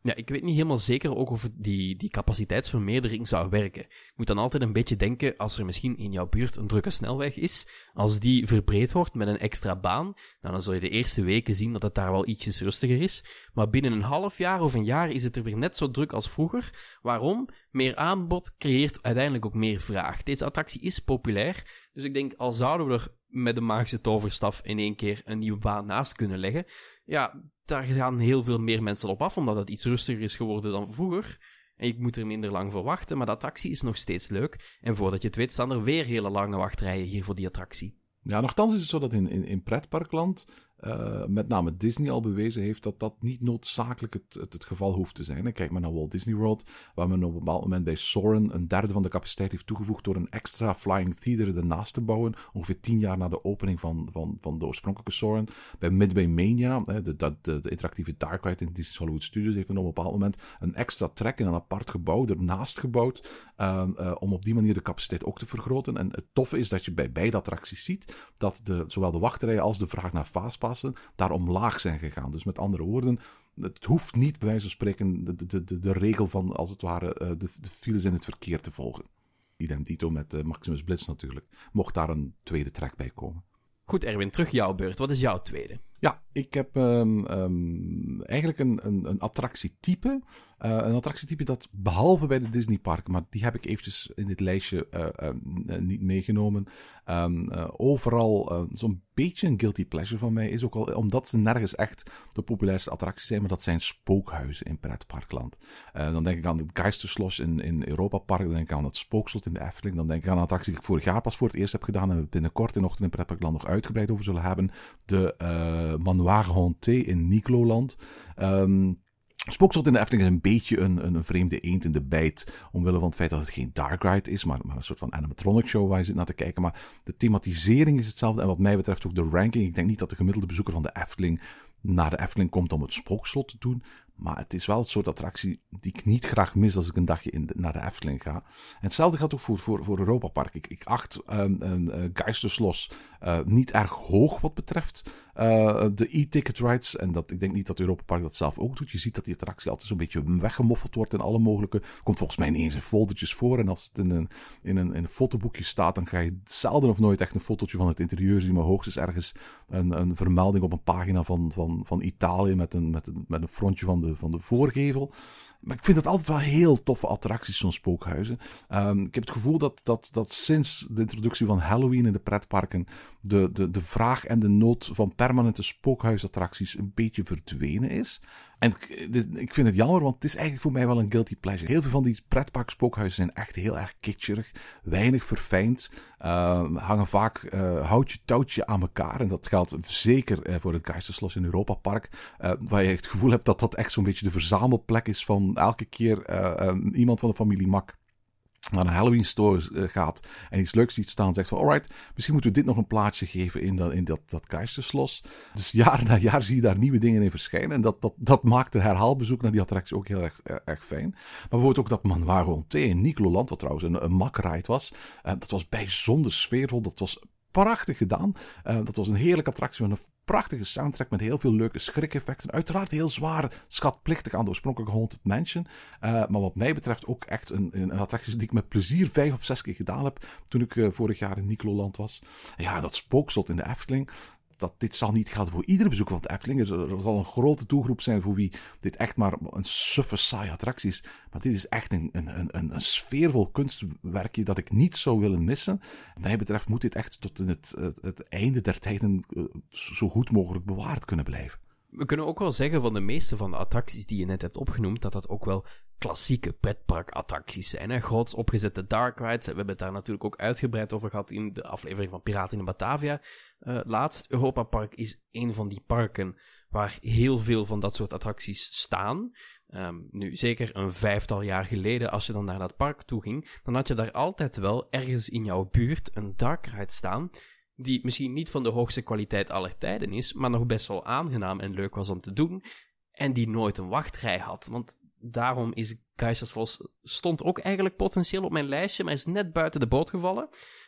Ja, ik weet niet helemaal zeker ook of die, die capaciteitsvermeerdering zou werken. Je moet dan altijd een beetje denken, als er misschien in jouw buurt een drukke snelweg is, als die verbreed wordt met een extra baan, nou, dan zul je de eerste weken zien dat het daar wel ietsjes rustiger is. Maar binnen een half jaar of een jaar is het er weer net zo druk als vroeger. Waarom? Meer aanbod creëert uiteindelijk ook meer vraag. Deze attractie is populair, dus ik denk, al zouden we er met de magische toverstaf in één keer een nieuwe baan naast kunnen leggen, ja, daar gaan heel veel meer mensen op af, omdat het iets rustiger is geworden dan vroeger. En je moet er minder lang voor wachten, maar de attractie is nog steeds leuk. En voordat je het weet, staan er weer hele lange wachtrijen hier voor die attractie. Ja, nochtans is het zo dat in, in, in pretparkland, uh, met name Disney al bewezen heeft dat dat niet noodzakelijk het, het, het geval hoeft te zijn. Kijk maar naar Walt Disney World, waar men op een bepaald moment bij Soarin een derde van de capaciteit heeft toegevoegd door een extra Flying Theater ernaast te bouwen, ongeveer tien jaar na de opening van, van, van de oorspronkelijke Soarin. Bij Midway Mania, de, de, de, de interactieve dark ride in Disney's Hollywood Studios, heeft men op een bepaald moment een extra trek in een apart gebouw ernaast gebouwd, uh, uh, om op die manier de capaciteit ook te vergroten. En het toffe is dat je bij beide attracties ziet dat de, zowel de wachtrijen als de vraag naar fastpassen daar omlaag zijn gegaan. Dus met andere woorden, het hoeft niet bij wijze van spreken de, de, de, de regel van, als het ware, de, de files in het verkeer te volgen. Identito met uh, Maximus Blitz natuurlijk. Mocht daar een tweede trek bij komen. Goed, Erwin, terug jouw beurt. Wat is jouw tweede? Ja, ik heb um, um, eigenlijk een, een, een attractietype. Uh, een attractietype dat, behalve bij de Disneyparken, maar die heb ik eventjes in dit lijstje uh, uh, niet meegenomen. Um, uh, overal uh, zo'n beetje een guilty pleasure van mij is ook al, omdat ze nergens echt de populairste attracties zijn, maar dat zijn spookhuizen in pretparkland. Uh, dan denk ik aan het Geisterschloss in, in Europa Park, dan denk ik aan het Spookslot in de Efteling, dan denk ik aan een attractie die ik vorig jaar pas voor het eerst heb gedaan en we binnenkort in Ochtend in Pretparkland nog uitgebreid over zullen hebben. De uh, Manoir Hanté in Nikloland. Um, Spookslot in de Efteling is een beetje een, een, een vreemde eend in de bijt, omwille van het feit dat het geen dark ride is, maar, maar een soort van animatronic show waar je zit naar te kijken. Maar de thematisering is hetzelfde en wat mij betreft ook de ranking. Ik denk niet dat de gemiddelde bezoeker van de Efteling naar de Efteling komt om het Spookslot te doen. Maar het is wel het soort attractie die ik niet graag mis als ik een dagje in de, naar de Efteling ga. En hetzelfde geldt ook voor, voor, voor Europa Park. Ik, ik acht um, een uh, Geisterschloss uh, niet erg hoog wat betreft uh, de e-ticket rides. En dat, ik denk niet dat Europa Park dat zelf ook doet. Je ziet dat die attractie altijd zo'n beetje weggemoffeld wordt in alle mogelijke. Komt volgens mij ineens in foldertjes voor. En als het in een, in, een, in een fotoboekje staat, dan ga je zelden of nooit echt een fotootje van het interieur zien. Maar hoogstens ergens een, een vermelding op een pagina van, van, van Italië met een, met, een, met een frontje van de, van de voorgevel. Maar ik vind het altijd wel heel toffe attracties, zo'n spookhuizen. Um, ik heb het gevoel dat, dat, dat sinds de introductie van Halloween in de pretparken de, de, de vraag en de nood van permanente spookhuisattracties een beetje verdwenen is. En ik, ik vind het jammer, want het is eigenlijk voor mij wel een guilty pleasure. Heel veel van die pretpark spookhuizen zijn echt heel erg kitscherig, weinig verfijnd, uh, hangen vaak uh, houtje touwtje aan elkaar. En dat geldt zeker uh, voor het Geisterschloss in Europa Park, uh, waar je het gevoel hebt dat dat echt zo'n beetje de verzamelplek is van elke keer uh, um, iemand van de familie Mak naar een Halloween store uh, gaat en iets leuks ziet staan, zegt van alright, misschien moeten we dit nog een plaatsje geven in dat, in dat, dat Geisterschloss. Dus jaar na jaar zie je daar nieuwe dingen in verschijnen en dat, dat, dat maakt de herhaalbezoek naar die attractie ook heel erg, erg, erg fijn. Maar bijvoorbeeld ook dat Manoir Hanté in Nikloland, wat trouwens een, een Mak-ride was, uh, dat was bijzonder sfeervol, dat was prachtig gedaan. Uh, dat was een heerlijke attractie met een prachtige soundtrack met heel veel leuke schrikeffecten. Uiteraard heel zwaar schatplichtig aan de oorspronkelijke Haunted Mansion. Uh, maar wat mij betreft ook echt een, een attractie die ik met plezier vijf of zes keer gedaan heb toen ik uh, vorig jaar in Nikloland was. En ja, dat Spookslot in de Efteling. Dat dit zal niet gelden voor iedere bezoeker van de Efteling. Er zal een grote doelgroep zijn voor wie dit echt maar een suffe, saaie attractie is. Maar dit is echt een, een, een, een sfeervol kunstwerkje dat ik niet zou willen missen. Wat mij betreft moet dit echt tot in het, het, het einde der tijden zo goed mogelijk bewaard kunnen blijven. We kunnen ook wel zeggen van de meeste van de attracties die je net hebt opgenoemd, dat dat ook wel klassieke pretparkattracties zijn. Hè? Groots opgezette dark rides. We hebben het daar natuurlijk ook uitgebreid over gehad in de aflevering van Piraten in Batavia. Uh, laatst, Europa Park is een van die parken waar heel veel van dat soort attracties staan. Um, nu, zeker een vijftal jaar geleden, als je dan naar dat park toe ging, dan had je daar altijd wel ergens in jouw buurt een dark ride staan, die misschien niet van de hoogste kwaliteit aller tijden is, maar nog best wel aangenaam en leuk was om te doen, en die nooit een wachtrij had. Want daarom is Geisterschloss stond ook eigenlijk potentieel op mijn lijstje, maar is net buiten de boot gevallen.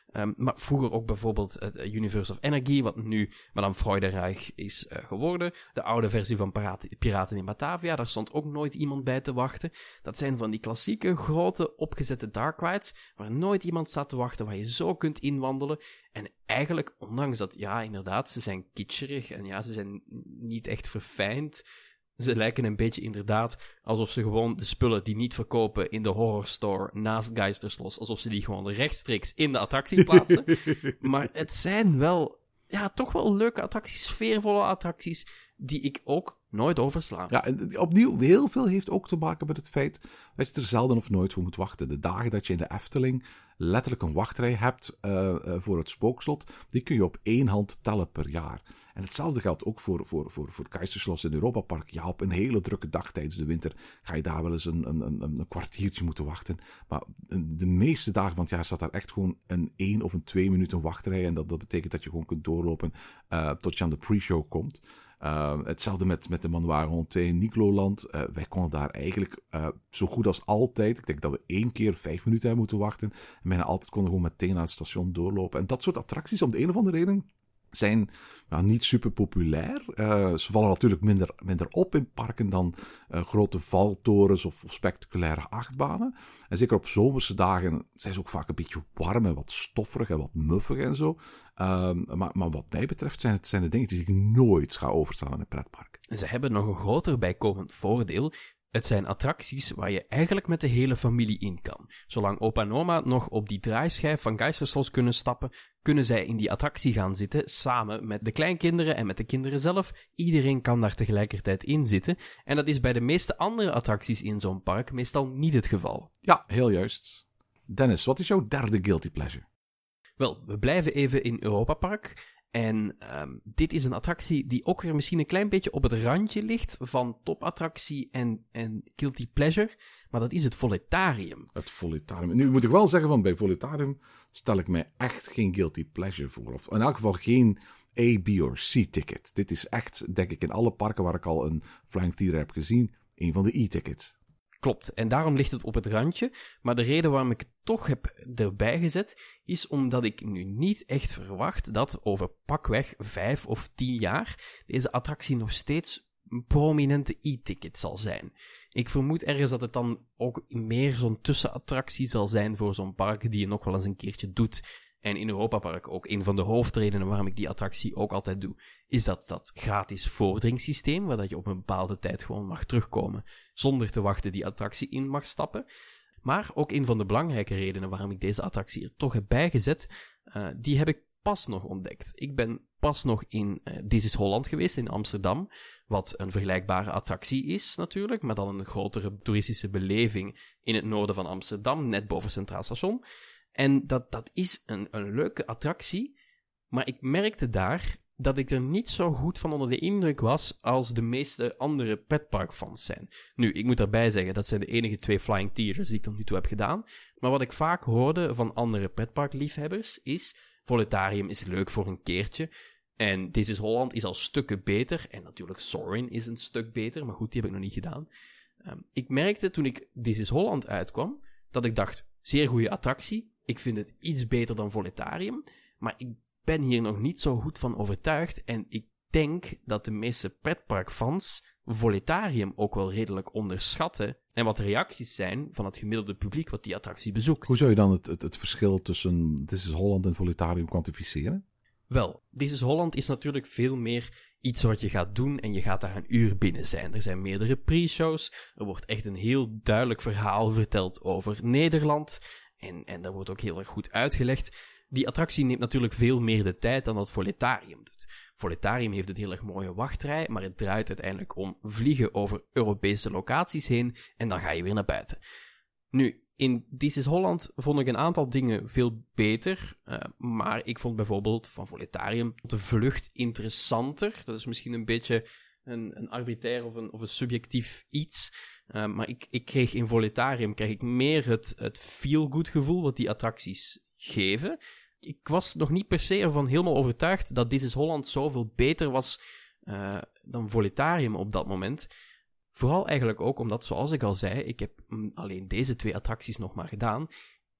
Um, maar vroeger ook bijvoorbeeld het Universe of Energy, wat nu Madame Freudenreich is uh, geworden. De oude versie van Piraten, Piraten in Batavia, daar stond ook nooit iemand bij te wachten. Dat zijn van die klassieke, grote, opgezette dark rides, waar nooit iemand staat te wachten, waar je zo kunt inwandelen. En eigenlijk, ondanks dat, ja, inderdaad, ze zijn kitscherig en ja, ze zijn niet echt verfijnd. Ze lijken een beetje inderdaad alsof ze gewoon de spullen die niet verkopen in de horrorstore naast Geistersloss, alsof ze die gewoon rechtstreeks in de attractie plaatsen. Maar het zijn wel, ja, toch wel leuke attracties, sfeervolle attracties, die ik ook nooit oversla. Ja, en opnieuw, heel veel heeft ook te maken met het feit dat je er zelden of nooit voor moet wachten. De dagen dat je in de Efteling letterlijk een wachtrij hebt uh, uh, voor het spookslot, die kun je op één hand tellen per jaar. En hetzelfde geldt ook voor, voor, voor, voor het Geistersloss in Europa Park. Ja, op een hele drukke dag tijdens de winter ga je daar wel eens een, een, een, een kwartiertje moeten wachten. Maar de meeste dagen van het jaar staat daar echt gewoon een één of een twee minuten wachtrij. En dat, dat betekent dat je gewoon kunt doorlopen uh, tot je aan de pre-show komt. Uh, hetzelfde met, met de Manoir Hanté in Nicololand. Uh, wij konden daar eigenlijk uh, zo goed als altijd. Ik denk dat we één keer vijf minuten hebben moeten wachten. En bijna altijd konden we gewoon meteen naar het station doorlopen. En dat soort attracties, om de een of andere reden, zijn ja, niet super populair. Uh, ze vallen natuurlijk minder, minder op in parken dan uh, grote valtorens of, of spectaculaire achtbanen. En zeker op zomerse dagen zijn ze ook vaak een beetje warm en wat stofferig en wat muffig en zo. Uh, maar, maar wat mij betreft zijn het, zijn het dingetjes die ik nooit ga overstaan in een pretpark. Ze hebben nog een groter bijkomend voordeel. Het zijn attracties waar je eigenlijk met de hele familie in kan. Zolang opa en oma nog op die draaischijf van Geistersloss kunnen stappen, kunnen zij in die attractie gaan zitten, samen met de kleinkinderen en met de kinderen zelf. Iedereen kan daar tegelijkertijd in zitten. En dat is bij de meeste andere attracties in zo'n park meestal niet het geval. Ja, heel juist. Dennis, wat is jouw derde guilty pleasure? Wel, we blijven even in Europa Park. En um, dit is een attractie die ook weer misschien een klein beetje op het randje ligt van topattractie en, en guilty pleasure. Maar dat is het Voletarium. Het Voletarium. Nu moet ik wel zeggen, van bij Voletarium stel ik mij echt geen guilty pleasure voor. Of in elk geval geen A, B of C ticket. Dit is echt, denk ik, in alle parken waar ik al een Flying Theater heb gezien, een van de E-tickets. Klopt, en daarom ligt het op het randje. Maar de reden waarom ik het toch heb erbij gezet, is omdat ik nu niet echt verwacht dat over pakweg vijf of tien jaar deze attractie nog steeds een prominente e-ticket zal zijn. Ik vermoed ergens dat het dan ook meer zo'n tussenattractie zal zijn voor zo'n park die je nog wel eens een keertje doet. En in Europa Park ook een van de hoofdredenen waarom ik die attractie ook altijd doe, is dat dat gratis vorderingssysteem, waar dat je op een bepaalde tijd gewoon mag terugkomen, zonder te wachten die attractie in mag stappen. Maar ook een van de belangrijke redenen waarom ik deze attractie er toch heb bijgezet, uh, die heb ik pas nog ontdekt. Ik ben pas nog in uh, This is Holland geweest, in Amsterdam, wat een vergelijkbare attractie is natuurlijk, maar dan een grotere toeristische beleving in het noorden van Amsterdam, net boven Centraal Station. En dat, dat is een, een leuke attractie, maar ik merkte daar dat ik er niet zo goed van onder de indruk was als de meeste andere pretparkfans zijn. Nu, ik moet daarbij zeggen, dat zijn de enige twee Flying Theaters die ik tot nu toe heb gedaan. Maar wat ik vaak hoorde van andere pretparkliefhebbers is, Voletarium is leuk voor een keertje. En This is Holland is al stukken beter. En natuurlijk Soarin' is een stuk beter, maar goed, die heb ik nog niet gedaan. Um, ik merkte toen ik This is Holland uitkwam, dat ik dacht, zeer goede attractie. Ik vind het iets beter dan Voletarium, maar ik ben hier nog niet zo goed van overtuigd en ik denk dat de meeste pretparkfans Voletarium ook wel redelijk onderschatten en wat de reacties zijn van het gemiddelde publiek wat die attractie bezoekt. Hoe zou je dan het, het, het verschil tussen This is Holland en Voletarium kwantificeren? Wel, This is Holland is natuurlijk veel meer iets wat je gaat doen en je gaat daar een uur binnen zijn. Er zijn meerdere pre-shows, er wordt echt een heel duidelijk verhaal verteld over Nederland en, en dat wordt ook heel erg goed uitgelegd. Die attractie neemt natuurlijk veel meer de tijd dan dat Voletarium doet. Voletarium heeft een heel erg mooie wachtrij, maar het draait uiteindelijk om vliegen over Europese locaties heen en dan ga je weer naar buiten. Nu, in This is Holland vond ik een aantal dingen veel beter, uh, maar ik vond bijvoorbeeld van Voletarium de vlucht interessanter. Dat is misschien een beetje een, een arbitrair of een, of een subjectief iets, uh, maar ik, ik kreeg in Voletarium kreeg ik meer het, het feel-good gevoel wat die attracties geven. Ik was nog niet per se ervan helemaal overtuigd dat This is Holland zoveel beter was uh, dan Voletarium op dat moment. Vooral eigenlijk ook omdat, zoals ik al zei, ik heb alleen deze twee attracties nog maar gedaan.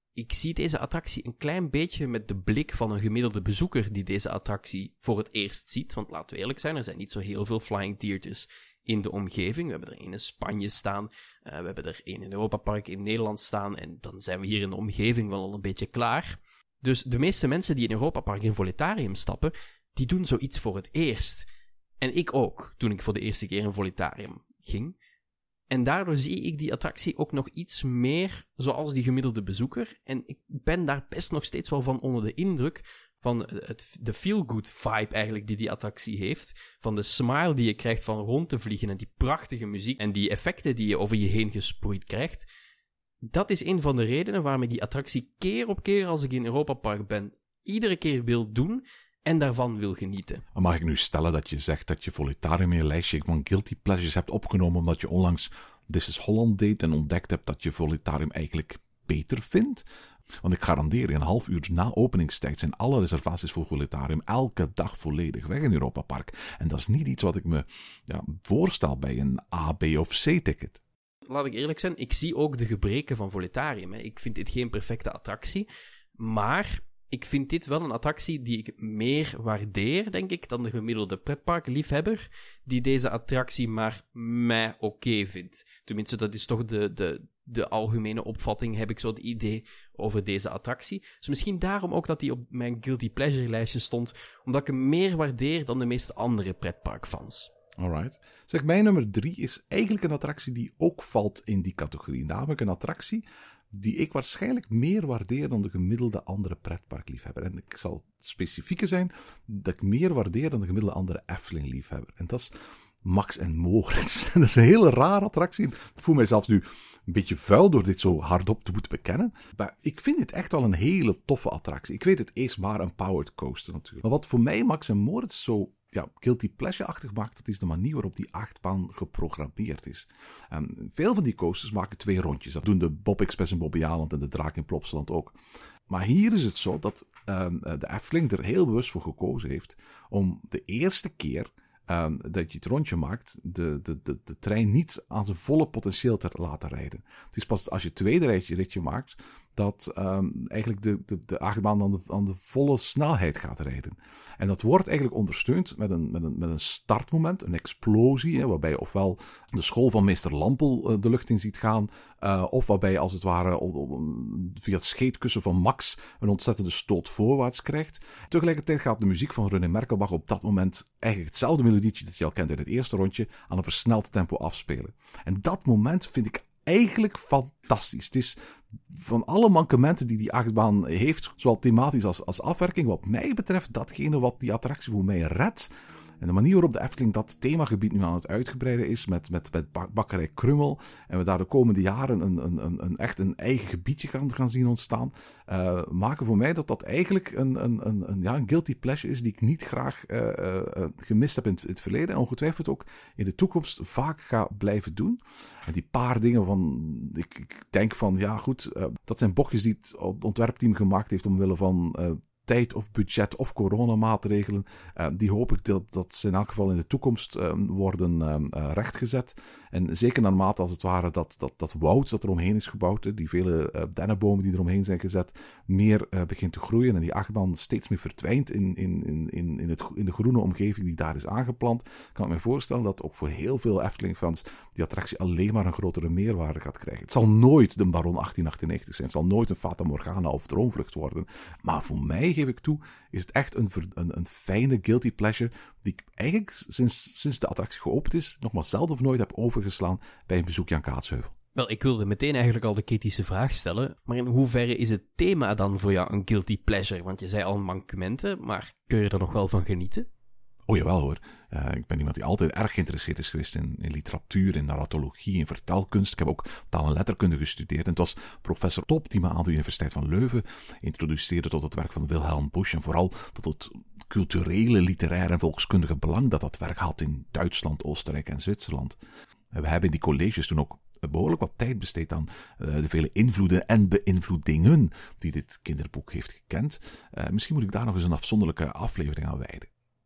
ik zie deze attractie een klein beetje met de blik van een gemiddelde bezoeker die deze attractie voor het eerst ziet. Want laten we eerlijk zijn, er zijn niet zo heel veel Flying Theaters in de omgeving. We hebben er één in Spanje staan, uh, we hebben er één in Europa Park in Nederland staan en dan zijn we hier in de omgeving wel al een beetje klaar. Dus de meeste mensen die in Europa Park in Volitarium stappen, die doen zoiets voor het eerst. En ik ook, toen ik voor de eerste keer in Volitarium ging. En daardoor zie ik die attractie ook nog iets meer zoals die gemiddelde bezoeker. En ik ben daar best nog steeds wel van onder de indruk van het, de feel-good vibe eigenlijk die die attractie heeft. Van de smile die je krijgt van rond te vliegen en die prachtige muziek en die effecten die je over je heen gesproeid krijgt. Dat is een van de redenen waarom ik die attractie keer op keer als ik in Europa Park ben, iedere keer wil doen en daarvan wil genieten. Mag ik nu stellen dat je zegt dat je Volitarium in je lijstje van Guilty Pleasures hebt opgenomen omdat je onlangs This is Holland deed en ontdekt hebt dat je Volitarium eigenlijk beter vindt? Want ik garandeer je, een half uur na openingstijd zijn alle reservaties voor Volitarium elke dag volledig weg in Europa Park. En dat is niet iets wat ik me ja, voorstel bij een A, B of C-ticket. Laat ik eerlijk zijn, ik zie ook de gebreken van Volitarium. Hè. Ik vind dit geen perfecte attractie, maar ik vind dit wel een attractie die ik meer waardeer, denk ik, dan de gemiddelde pretparkliefhebber, die deze attractie maar mij oké okay vindt. Tenminste, dat is toch de, de, de algemene opvatting, heb ik zo het idee over deze attractie. Dus misschien daarom ook dat die op mijn Guilty Pleasure lijstje stond, omdat ik hem meer waardeer dan de meeste andere pretparkfans. Alright. Zeg, mijn nummer drie is eigenlijk een attractie die ook valt in die categorie. Namelijk een attractie die ik waarschijnlijk meer waardeer dan de gemiddelde andere pretparkliefhebber. En ik zal specifieker zijn dat ik meer waardeer dan de gemiddelde andere Efteling-liefhebber. En dat is Max en Moritz. Dat is een hele rare attractie. Ik voel mij zelfs nu een beetje vuil door dit zo hardop te moeten bekennen. Maar ik vind dit echt wel een hele toffe attractie. Ik weet, het is maar een powered coaster natuurlijk. Maar wat voor mij Max en Moritz zo ja, guilty pleasure-achtig maakt, dat is de manier waarop die achtbaan geprogrammeerd is. En veel van die coasters maken twee rondjes. Dat doen de Bob Express in Bobbejaanland en de Draak in Plopsaland ook. Maar hier is het zo dat um, de Efteling er heel bewust voor gekozen heeft om de eerste keer Um, dat je het rondje maakt, de, de, de, de trein niet aan zijn volle potentieel te laten rijden. Het is pas als je het tweede ritje, ritje maakt, dat um, eigenlijk de, de, de achtbaan aan de, aan de volle snelheid gaat rijden. En dat wordt eigenlijk ondersteund met een, met een, met een startmoment, een explosie, hè, waarbij je ofwel de school van meester Lampel uh, de lucht in ziet gaan, uh, of waarbij je als het ware o, o, via het scheetkussen van Max een ontzettende stoot voorwaarts krijgt. Tegelijkertijd gaat de muziek van René Merkelbach op dat moment eigenlijk hetzelfde melodietje dat je al kent in het eerste rondje aan een versneld tempo afspelen. En dat moment vind ik eigenlijk fantastisch. Het is van alle mankementen die die achtbaan heeft, zowel thematisch als, als afwerking, wat mij betreft, datgene wat die attractie voor mij redt. En de manier waarop de Efteling dat themagebied nu aan het uitgebreiden is met, met, met bakkerij Krummel. En we daar de komende jaren een, een, een, een echt een eigen gebiedje gaan, gaan zien ontstaan. Uh, maken voor mij dat dat eigenlijk een, een, een, een, ja, een guilty pleasure is die ik niet graag uh, uh, gemist heb in het, in het verleden. En ongetwijfeld ook in de toekomst vaak ga blijven doen. En die paar dingen van, ik, ik denk van, ja goed, uh, dat zijn bochtjes die het ontwerpteam gemaakt heeft omwille van Uh, tijd of budget of coronamaatregelen. Uh, die hoop ik dat, dat ze in elk geval in de toekomst uh, worden uh, rechtgezet. En zeker naarmate als het ware dat, dat, dat woud dat er omheen is gebouwd, hè, die vele uh, dennenbomen die er omheen zijn gezet, meer uh, begint te groeien en die achtbaan steeds meer verdwijnt in, in, in, in, in, het, in de groene omgeving die daar is aangeplant, kan ik me voorstellen dat ook voor heel veel Efteling-fans die attractie alleen maar een grotere meerwaarde gaat krijgen. Het zal nooit de Baron achttien achtennegentig zijn, het zal nooit een Fata Morgana of Droomvlucht worden, maar voor mij, geef ik toe, is het echt een, een, een fijne guilty pleasure die ik eigenlijk sinds, sinds de attractie geopend is nog maar zelden of nooit heb overgeslaan bij een bezoekje aan Kaatsheuvel. Wel, ik wilde meteen eigenlijk al de kritische vraag stellen, maar in hoeverre is het thema dan voor jou een guilty pleasure? Want je zei al mankementen, maar kun je er nog wel van genieten? Oh jawel hoor. Uh, ik ben iemand die altijd erg geïnteresseerd is geweest in, in literatuur, in narratologie, in vertelkunst. Ik heb ook taal- en letterkunde gestudeerd. En het was professor Top die me aan de Universiteit van Leuven introduceerde tot het werk van Wilhelm Busch. En vooral tot het culturele, literaire en volkskundige belang dat dat werk had in Duitsland, Oostenrijk en Zwitserland. En we hebben in die colleges toen ook behoorlijk wat tijd besteed aan uh, de vele invloeden en beïnvloedingen die dit kinderboek heeft gekend. Uh, misschien moet ik daar nog eens een afzonderlijke aflevering aan wijden.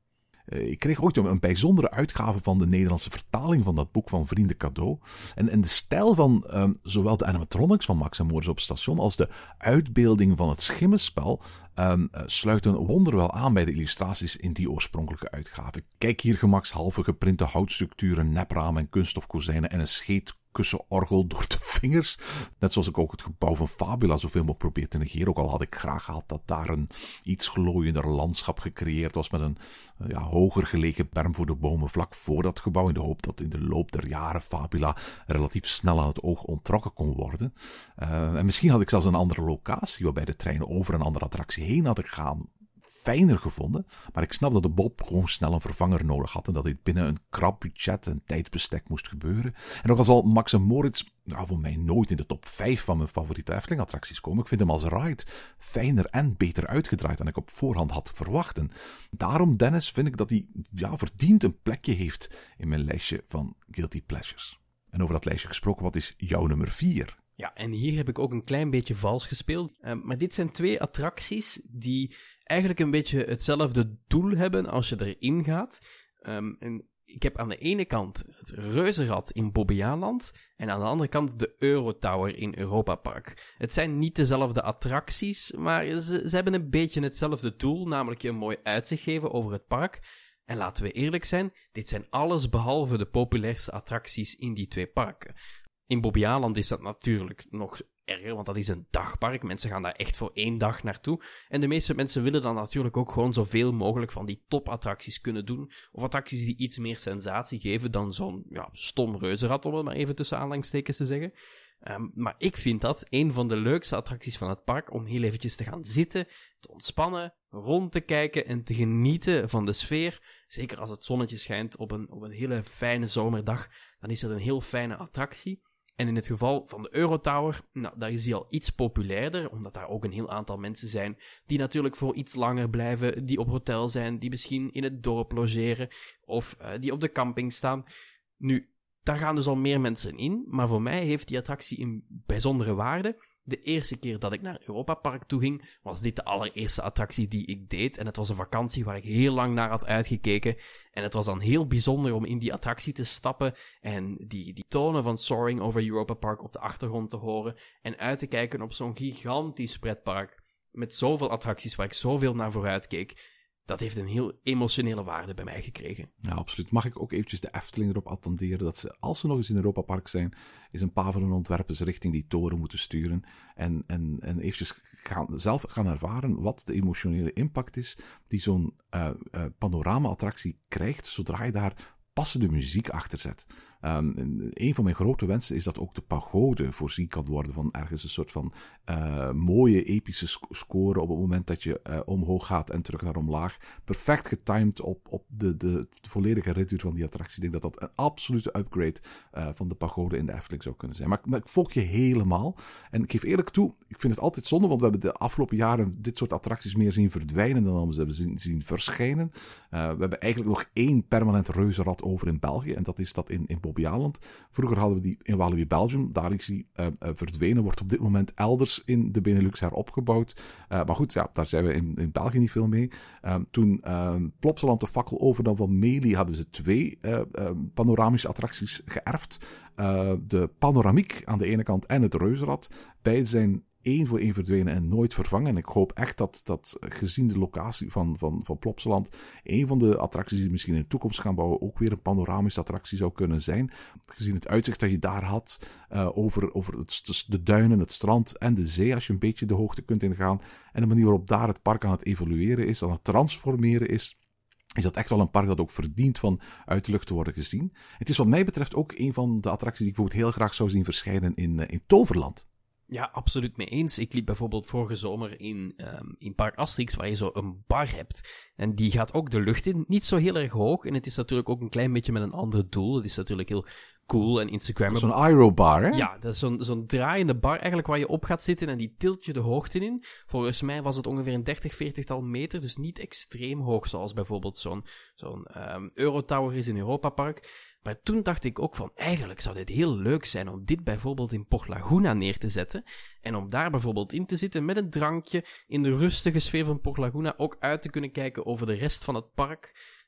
Uh, ik kreeg ooit een, een bijzondere uitgave van de Nederlandse vertaling van dat boek van Vrienden cadeau. En, en de stijl van um, zowel de animatronics van Max en Moritz op het station als de uitbeelding van het schimmenspel um, uh, sluiten wonderwel aan bij de illustraties in die oorspronkelijke uitgave. Kijk hier gemakshalve geprinte houtstructuren, nepramen en kunststofkozijnen en een scheet kussenorgel door de vingers. Net zoals ik ook het gebouw van Fabula zoveel mogelijk probeer te negeren. Ook al had ik graag gehad dat daar een iets glooiender landschap gecreëerd was met een ja, hoger gelegen berm voor de bomen vlak voor dat gebouw. In de hoop dat in de loop der jaren Fabula relatief snel aan het oog onttrokken kon worden. Uh, en misschien had ik zelfs een andere locatie waarbij de treinen over een andere attractie heen hadden gegaan. Fijner gevonden, maar ik snap dat de Bob gewoon snel een vervanger nodig had en dat dit binnen een krap budget en tijdsbestek moest gebeuren. En ook al zal Max en Moritz nou, voor mij nooit in de top vijf van mijn favoriete Efteling-attracties komen, ik vind hem als ride fijner en beter uitgedraaid dan ik op voorhand had verwacht. En daarom, Dennis, vind ik dat hij ja, verdient een plekje heeft in mijn lijstje van Guilty Pleasures. En over dat lijstje gesproken, wat is jouw nummer vier? Ja, en hier heb ik ook een klein beetje vals gespeeld. Uh, maar dit zijn twee attracties die eigenlijk een beetje hetzelfde doel hebben als je erin gaat. Um, en ik heb aan de ene kant het Reuzenrad in Bobbejaanland en aan de andere kant de Eurotower in Europa Park. Het zijn niet dezelfde attracties, maar ze, ze hebben een beetje hetzelfde doel, namelijk je een mooi uitzicht geven over het park. En laten we eerlijk zijn, dit zijn alles behalve de populairste attracties in die twee parken. In Bobbejaanland is dat natuurlijk nog erger, want dat is een dagpark. Mensen gaan daar echt voor één dag naartoe. En de meeste mensen willen dan natuurlijk ook gewoon zoveel mogelijk van die topattracties kunnen doen. Of attracties die iets meer sensatie geven dan zo'n ja, stom reuzenrad, om het maar even tussen aanhalingstekens te zeggen. Um, maar ik vind dat een van de leukste attracties van het park, om heel eventjes te gaan zitten, te ontspannen, rond te kijken en te genieten van de sfeer. Zeker als het zonnetje schijnt op een, op een hele fijne zomerdag, dan is het een heel fijne attractie. En in het geval van de Eurotower, nou, daar is die al iets populairder, omdat daar ook een heel aantal mensen zijn die natuurlijk voor iets langer blijven, die op hotel zijn, die misschien in het dorp logeren, of uh, die op de camping staan. Nu, daar gaan dus al meer mensen in, maar voor mij heeft die attractie een bijzondere waarde. De eerste keer dat ik naar Europa Park toe ging, was dit de allereerste attractie die ik deed. En het was een vakantie waar ik heel lang naar had uitgekeken. En het was dan heel bijzonder om in die attractie te stappen en die, die tonen van Soaring over Europa Park op de achtergrond te horen. En uit te kijken op zo'n gigantisch pretpark met zoveel attracties waar ik zoveel naar vooruit keek. Dat heeft een heel emotionele waarde bij mij gekregen. Ja, absoluut. Mag ik ook eventjes de Efteling erop attenderen dat ze, als ze nog eens in Europa Park zijn, is een paar van hun ontwerpers richting die toren moeten sturen en, en, en eventjes gaan, zelf gaan ervaren wat de emotionele impact is die zo'n uh, uh, panorama-attractie krijgt zodra je daar passende muziek achter zet. Um, een van mijn grote wensen is dat ook de pagode voorzien kan worden van ergens een soort van uh, mooie epische sc- score op het moment dat je uh, omhoog gaat en terug naar omlaag. Perfect getimed op, op de, de, de volledige ritduur van die attractie. Ik denk dat dat een absolute upgrade uh, van de pagode in de Efteling zou kunnen zijn. Maar, maar ik volg je helemaal. En ik geef eerlijk toe, ik vind het altijd zonde, want we hebben de afgelopen jaren dit soort attracties meer zien verdwijnen dan we ze hebben zien, zien verschijnen. Uh, we hebben eigenlijk nog één permanent reuzenrad over in België en dat is dat in, in Bobbejaanland. Vroeger hadden we die in Walibi Belgium. Daar is die uh, uh, verdwenen. Wordt op dit moment elders in de Benelux heropgebouwd. Uh, maar goed, ja, daar zijn we in, in België niet veel mee. Uh, toen uh, Plopsaland de fakkel overnam van Meli, hadden ze twee uh, uh, panoramische attracties geërfd. Uh, de Panoramiek aan de ene kant en het Reuzenrad. Beide zijn één voor één verdwenen en nooit vervangen. En ik hoop echt dat, dat gezien de locatie van, van, van Plopsaland, een van de attracties die misschien in de toekomst gaan bouwen, ook weer een panoramische attractie zou kunnen zijn. Gezien het uitzicht dat je daar had, uh, over, over het, de duinen, het strand en de zee, als je een beetje de hoogte kunt ingaan. En de manier waarop daar het park aan het evolueren is, aan het transformeren is, is dat echt wel een park dat ook verdient van uit de lucht te worden gezien. Het is wat mij betreft ook een van de attracties die ik bijvoorbeeld heel graag zou zien verschijnen in, uh, in Toverland. Ja, absoluut mee eens. Ik liep bijvoorbeeld vorige zomer in, um, in Park Asterix, waar je zo een bar hebt. En die gaat ook de lucht in. Niet zo heel erg hoog. En het is natuurlijk ook een klein beetje met een ander doel. Het is natuurlijk heel cool en Instagrammable. Zo'n aerobar, hè? Ja, dat is zo'n, zo'n draaiende bar eigenlijk waar je op gaat zitten en die tilt je de hoogte in. Volgens mij was het ongeveer een dertig, veertigtal meter, dus niet extreem hoog, zoals bijvoorbeeld zo'n, zo'n um, Eurotower is in Europa Park. Maar toen dacht ik ook van, eigenlijk zou dit heel leuk zijn om dit bijvoorbeeld in Port Laguna neer te zetten. En om daar bijvoorbeeld in te zitten met een drankje, in de rustige sfeer van Port Laguna ook uit te kunnen kijken over de rest van het park.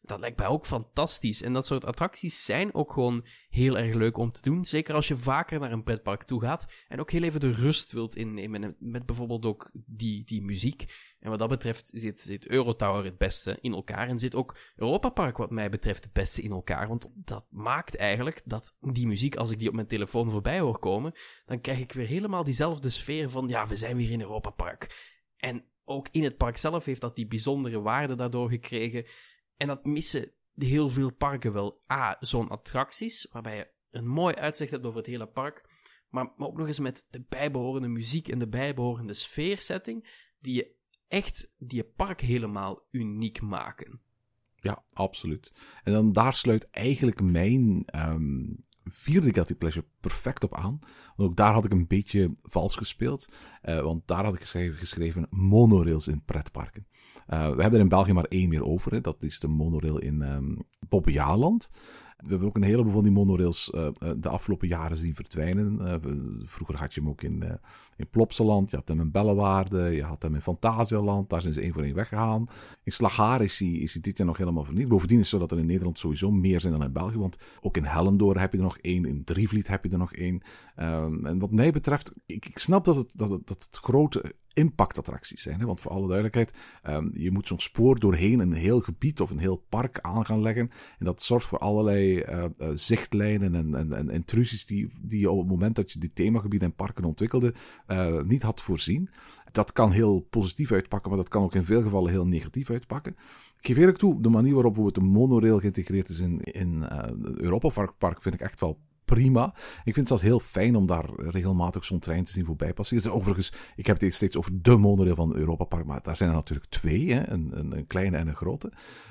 Dat lijkt mij ook fantastisch. En dat soort attracties zijn ook gewoon heel erg leuk om te doen. Zeker als je vaker naar een pretpark toe gaat en ook heel even de rust wilt innemen. Met bijvoorbeeld ook die, die muziek. En wat dat betreft zit, zit Eurotower het beste in elkaar. En zit ook Europa Park wat mij betreft het beste in elkaar. Want dat maakt eigenlijk dat die muziek, als ik die op mijn telefoon voorbij hoor komen, dan krijg ik weer helemaal diezelfde sfeer van, ja, we zijn weer in Europa Park. En ook in het park zelf heeft dat die bijzondere waarde daardoor gekregen. En dat missen heel veel parken wel. A, zo'n attracties, waarbij je een mooi uitzicht hebt over het hele park, maar, maar ook nog eens met de bijbehorende muziek en de bijbehorende sfeersetting, die je echt, die je park helemaal uniek maken. Ja, absoluut. En dan daar sluit eigenlijk mijn um, vierde Guilty Pleasure perfect op aan. Want ook daar had ik een beetje vals gespeeld. Uh, want daar had ik geschreven, geschreven monorails in pretparken. Uh, we hebben er in België maar één meer over. Hè. Dat is de monorail in um, Bobbejaanland. We hebben ook een heleboel van die monorails uh, de afgelopen jaren zien verdwijnen. Uh, vroeger had je hem ook in, uh, in Plopsaland, je had hem in Bellewaarde, je had hem in Fantasialand. Daar zijn ze één voor één weggegaan. In Slagharen is hij, is hij dit jaar nog helemaal vernieuwd. Bovendien is het zo dat er in Nederland sowieso meer zijn dan in België. Want ook in Hellendoorn heb je er nog één, in Drievliet heb je er nog één. Um, en wat mij betreft, ik, ik snap dat het, dat het, dat het grote impactattracties zijn. Hè? Want voor alle duidelijkheid, um, je moet zo'n spoor doorheen een heel gebied of een heel park aan gaan leggen. En dat zorgt voor allerlei uh, uh, zichtlijnen en, en, en intrusies die, die je op het moment dat je die themagebieden en parken ontwikkelde, uh, niet had voorzien. Dat kan heel positief uitpakken, maar dat kan ook in veel gevallen heel negatief uitpakken. Ik geef eerlijk toe, de manier waarop bijvoorbeeld de monorail geïntegreerd is in, in uh, Europa Park vind ik echt wel prima. Ik vind het zelfs heel fijn om daar regelmatig zo'n trein te zien voorbij passeren. Overigens, ik heb het steeds over de monorail van Europa Park, maar daar zijn er natuurlijk twee, hè? Een, een, een kleine en een grote.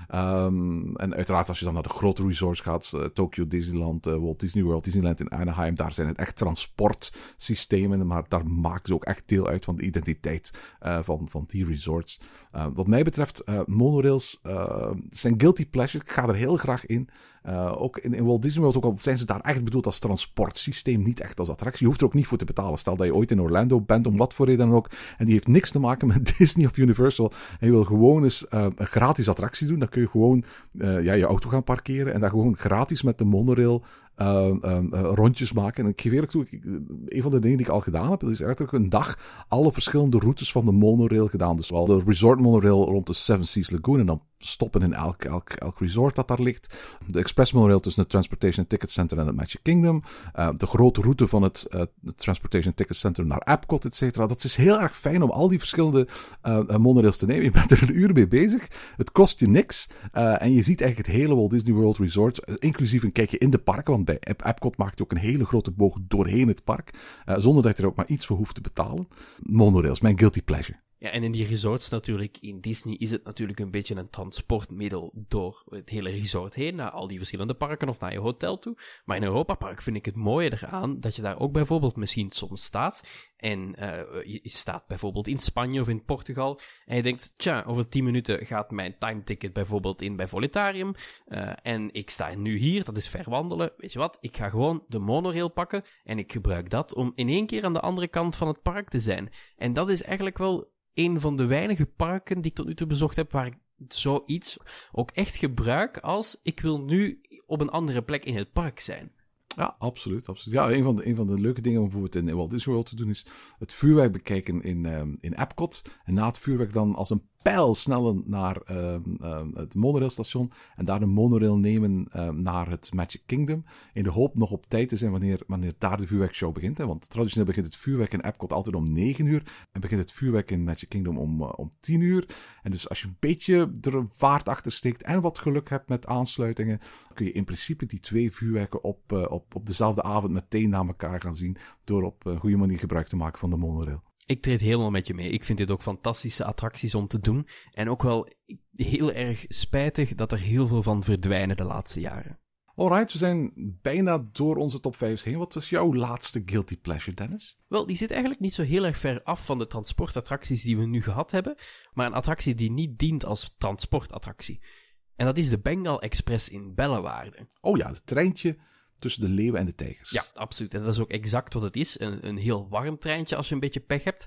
Um, en uiteraard als je dan naar de grote resorts gaat, uh, Tokyo Disneyland, uh, Walt Disney World, Disneyland in Anaheim, daar zijn het echt transportsystemen, maar daar maken ze ook echt deel uit van de identiteit uh, van, van die resorts. Uh, wat mij betreft, uh, monorails uh, zijn guilty pleasure. Ik ga er heel graag in. Uh, ook in, in Walt Disney World, ook al zijn ze daar echt bedoeld als transportsysteem, niet echt als attractie. Je hoeft er ook niet voor te betalen. Stel dat je ooit in Orlando bent, om wat voor reden dan ook, en die heeft niks te maken met Disney of Universal, en je wil gewoon eens uh, een gratis attractie doen, dan kun je gewoon uh, ja, je auto gaan parkeren en dan gewoon gratis met de monorail Uh, uh, uh, rondjes maken. En ik geef eerlijk toe, ik, een van de dingen die ik al gedaan heb, is eigenlijk een dag alle verschillende routes van de monorail gedaan. Dus wel de resort monorail rond de Seven Seas Lagoon en dan stoppen in elk, elk, elk resort dat daar ligt. De express monorail tussen het Transportation Ticket Center en het Magic Kingdom. Uh, de grote route van het, uh, het Transportation Ticket Center naar Epcot, et cetera. Dat is heel erg fijn om al die verschillende uh, monorails te nemen. Je bent er een uur mee bezig. Het kost je niks. Uh, en je ziet eigenlijk het hele Walt Disney World Resort, uh, inclusief een kijkje in de parken, want bij Epcot maakt je ook een hele grote boog doorheen het park, uh, zonder dat je er ook maar iets voor hoeft te betalen. Monorails, mijn guilty pleasure. Ja, en in die resorts natuurlijk, in Disney is het natuurlijk een beetje een transportmiddel door het hele resort heen, naar al die verschillende parken of naar je hotel toe. Maar in Europa Park vind ik het mooie eraan dat je daar ook bijvoorbeeld misschien soms staat. En uh, je staat bijvoorbeeld in Spanje of in Portugal. En je denkt, tja, over tien minuten gaat mijn timeticket bijvoorbeeld in bij Voletarium. Uh, en ik sta nu hier, dat is ver wandelen. Weet je wat, ik ga gewoon de monorail pakken. En ik gebruik dat om in één keer aan de andere kant van het park te zijn. En dat is eigenlijk wel een van de weinige parken die ik tot nu toe bezocht heb, waar ik zoiets ook echt gebruik als ik wil nu op een andere plek in het park zijn. Ja, absoluut, absoluut. Ja, een van de, een van de leuke dingen om bijvoorbeeld in, in Walt Disney World te doen is het vuurwerk bekijken in, um, in Epcot. En na het vuurwerk dan als een pijl snellen naar um, um, het monorailstation en daar de monorail nemen um, naar het Magic Kingdom. In de hoop nog op tijd te zijn wanneer, wanneer daar de vuurwerkshow begint. Hè? Want traditioneel begint het vuurwerk in Epcot altijd om negen uur. En begint het vuurwerk in Magic Kingdom om, uh, om tien uur. En dus als je een beetje er een vaart achter steekt en wat geluk hebt met aansluitingen, kun je in principe die twee vuurwerken op, uh, op, op dezelfde avond meteen na elkaar gaan zien door op een goede manier gebruik te maken van de monorail. Ik treed helemaal met je mee. Ik vind dit ook fantastische attracties om te doen. En ook wel heel erg spijtig dat er heel veel van verdwijnen de laatste jaren. Alright, we zijn bijna door onze top vijf heen. Wat was jouw laatste guilty pleasure, Dennis? Wel, die zit eigenlijk niet zo heel erg ver af van de transportattracties die we nu gehad hebben. Maar een attractie die niet dient als transportattractie. En dat is de Bengal Express in Bellewaarde. Oh ja, het treintje tussen de leeuwen en de tijgers. Ja, absoluut. En dat is ook exact wat het is. Een, een heel warm treintje als je een beetje pech hebt.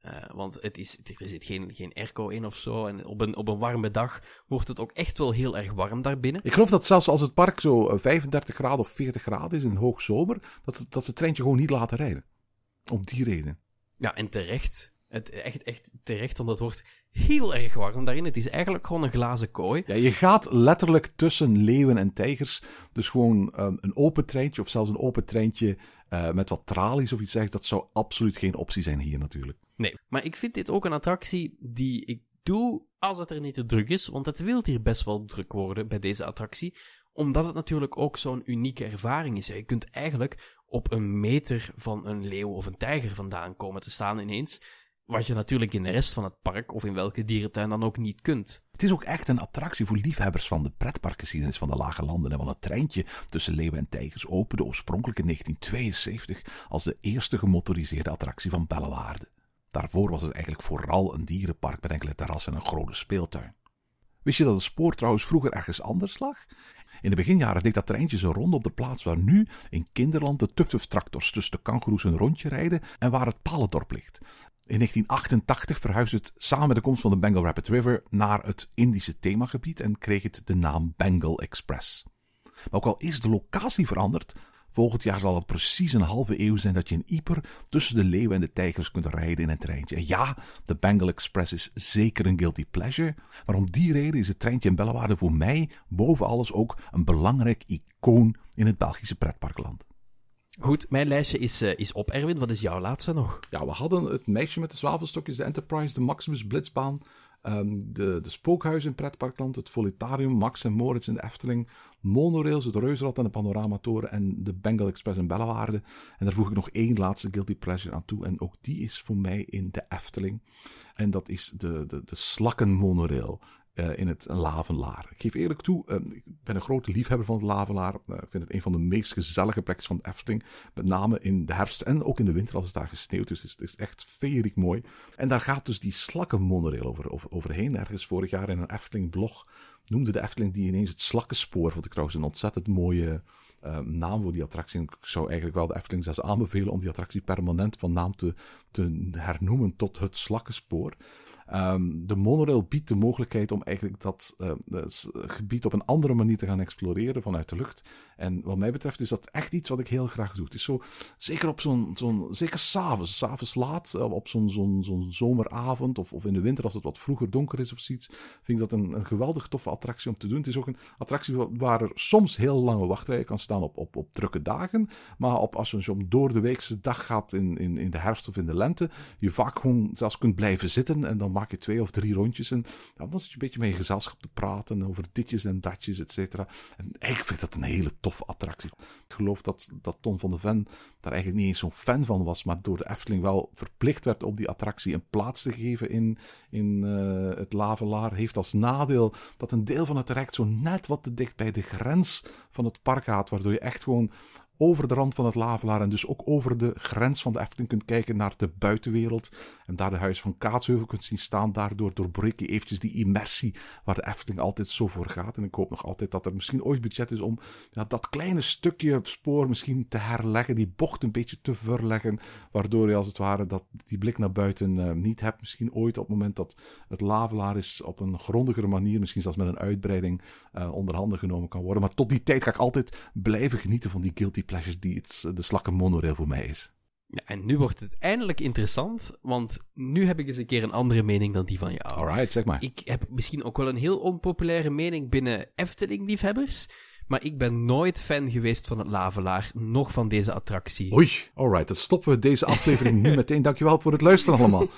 Uh, want het is, er zit geen, geen airco in of zo. En op een, op een warme dag wordt het ook echt wel heel erg warm daarbinnen. Ik geloof dat zelfs als het park zo vijfendertig graden of veertig graden is in hoogzomer, dat, dat ze het treintje gewoon niet laten rijden. Om die reden. Ja, en terecht. Het, echt, echt terecht, want het wordt heel erg warm daarin. Het is eigenlijk gewoon een glazen kooi. Ja, je gaat letterlijk tussen leeuwen en tijgers. Dus gewoon um, een open treintje of zelfs een open treintje uh, met wat tralies of iets zegt. Dat zou absoluut geen optie zijn hier natuurlijk. Nee, maar ik vind dit ook een attractie die ik doe als het er niet te druk is. Want het wil hier best wel druk worden bij deze attractie. Omdat het natuurlijk ook zo'n unieke ervaring is. Je kunt eigenlijk op een meter van een leeuw of een tijger vandaan komen te staan ineens. Wat je natuurlijk in de rest van het park of in welke dierentuin dan ook niet kunt. Het is ook echt een attractie voor liefhebbers van de pretparkgeschiedenis van de Lage Landen. En van het treintje tussen leeuwen en tijgers opende oorspronkelijk in negentien tweeënzeventig als de eerste gemotoriseerde attractie van Bellewaarde. Daarvoor was het eigenlijk vooral een dierenpark met enkele terrassen en een grote speeltuin. Wist je dat het spoor trouwens vroeger ergens anders lag? In de beginjaren deed dat treintje zo rond op de plaats waar nu in Kinderland de Tuf-Tuf-tractors tussen de kangoeroes een rondje rijden en waar het Palendorp ligt. In negentien achtentachtig verhuisde het samen met de komst van de Bengal Rapid River naar het Indische themagebied en kreeg het de naam Bengal Express. Maar ook al is de locatie veranderd, volgend jaar zal het precies een halve eeuw zijn dat je in Ieper tussen de leeuwen en de tijgers kunt rijden in een treintje. En ja, de Bengal Express is zeker een guilty pleasure, maar om die reden is het treintje in Bellewaarde voor mij boven alles ook een belangrijk icoon in het Belgische pretparkland. Goed, mijn lijstje is, uh, is op, Erwin. Wat is jouw laatste nog? Ja, we hadden het meisje met de zwavelstokjes, de Enterprise, de Maximus Blitzbaan, um, de, de spookhuizen in pretparkland, het Volitarium, Max en Moritz in de Efteling, monorails, het Reuzenrad en de Panoramatoren en de Bengal Express in Bellewaarde. En daar voeg ik nog één laatste guilty pleasure aan toe en ook die is voor mij in de Efteling. En dat is de, de, de slakkenmonorail. Uh, in het Lavelaar. Ik geef eerlijk toe, uh, ik ben een grote liefhebber van het Lavelaar. Uh, ik vind het een van de meest gezellige plekjes van de Efteling. Met name in de herfst en ook in de winter als het daar gesneeuwd is. Dus het is echt feeriek mooi. En daar gaat dus die slakkenmonorail over, over, overheen. Ergens vorig jaar in een Efteling-blog noemde de Efteling die ineens het slakkenspoor. Vond ik trouwens een ontzettend mooie uh, naam voor die attractie. Ik zou eigenlijk wel de Efteling zelfs aanbevelen om die attractie permanent van naam te, te hernoemen tot het slakkenspoor. Um, de monorail biedt de mogelijkheid om eigenlijk dat uh, gebied op een andere manier te gaan exploreren vanuit de lucht. En wat mij betreft is dat echt iets wat ik heel graag doe. Het is zo, zeker op zo'n, zo'n zeker s'avonds, s'avonds laat, op zo'n, zo'n, zo'n zomeravond of, of in de winter als het wat vroeger donker is of zoiets, vind ik dat een, een geweldig toffe attractie om te doen. Het is ook een attractie waar er soms heel lange wachtrijen kan staan op, op, op drukke dagen, maar op, als je om door de weekse dag gaat in, in, in de herfst of in de lente, je vaak gewoon zelfs kunt blijven zitten en dan maak je twee of drie rondjes en ja, dan zit je een beetje met je gezelschap te praten over ditjes en datjes, et cetera. En eigenlijk vind ik dat een hele toffe attractie. Ik geloof dat, dat Ton van de Ven daar eigenlijk niet eens zo'n fan van was, maar door de Efteling wel verplicht werd om die attractie een plaats te geven in, in uh, het Lavelaar. Heeft als nadeel dat een deel van het traject zo net wat te dicht bij de grens van het park gaat, waardoor je echt gewoon over de rand van het Lavelaar en dus ook over de grens van de Efteling kunt kijken naar de buitenwereld. En daar de huis van Kaatsheuvel kunt zien staan. Daardoor doorbreek je eventjes die immersie waar de Efteling altijd zo voor gaat. En ik hoop nog altijd dat er misschien ooit budget is om ja, dat kleine stukje spoor misschien te herleggen. Die bocht een beetje te verleggen. Waardoor je als het ware dat, die blik naar buiten uh, niet hebt. Misschien ooit op het moment dat het Lavelaar is op een grondigere manier. Misschien zelfs met een uitbreiding uh, onder handen genomen kan worden. Maar tot die tijd ga ik altijd blijven genieten van die guilty pleasures die het, de slakkenmonorail voor mij is. Ja, en nu wordt het eindelijk interessant, want nu heb ik eens een keer een andere mening dan die van jou. Alright, zeg maar. Ik heb misschien ook wel een heel onpopulaire mening binnen Efteling-liefhebbers, maar ik ben nooit fan geweest van het Lavelaar, noch van deze attractie. Oei, alright, dan stoppen we deze aflevering nu meteen. Dankjewel voor het luisteren allemaal.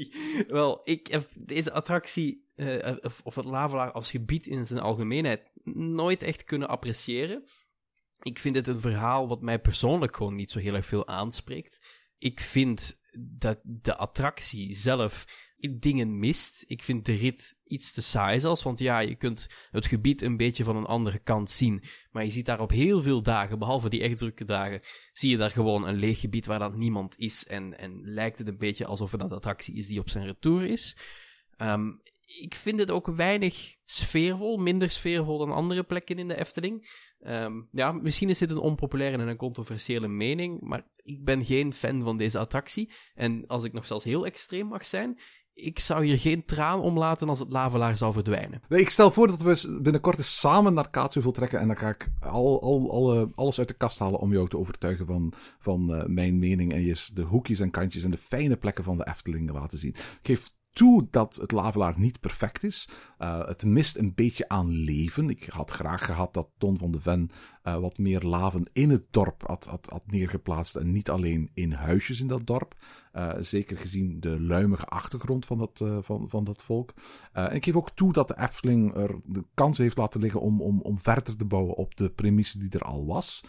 Wel, ik heb deze attractie, uh, of het Lavelaar als gebied in zijn algemeenheid, nooit echt kunnen appreciëren. Ik vind het een verhaal wat mij persoonlijk gewoon niet zo heel erg veel aanspreekt. Ik vind dat de attractie zelf dingen mist. Ik vind de rit iets te saai zelfs, want ja, je kunt het gebied een beetje van een andere kant zien. Maar je ziet daar op heel veel dagen, behalve die echt drukke dagen, zie je daar gewoon een leeg gebied waar dan niemand is. En, en lijkt het een beetje alsof het een attractie is die op zijn retour is. Um, ik vind het ook weinig sfeervol, minder sfeervol dan andere plekken in de Efteling. Um, ja, misschien is dit een onpopulaire en een controversiële mening, maar ik ben geen fan van deze attractie. En als ik nog zelfs heel extreem mag zijn, ik zou hier geen traan om laten als het Lavelaar zou verdwijnen. Nee, ik stel voor dat we binnenkort eens samen naar Kaatsheuvel trekken en dan ga ik al, al, al, alles uit de kast halen om jou te overtuigen van, van uh, mijn mening en je de hoekjes en kantjes en de fijne plekken van de Efteling laten zien. Ik geef toe dat het Lavelaar niet perfect is. Uh, het mist een beetje aan leven. Ik had graag gehad dat Ton van de Ven uh, wat meer laven in het dorp had, had, had neergeplaatst en niet alleen in huisjes in dat dorp. Uh, zeker gezien de luimige achtergrond van dat, uh, van, van dat volk. Uh, en ik geef ook toe dat de Efteling er de kans heeft laten liggen om, om, om verder te bouwen op de premisse die er al was.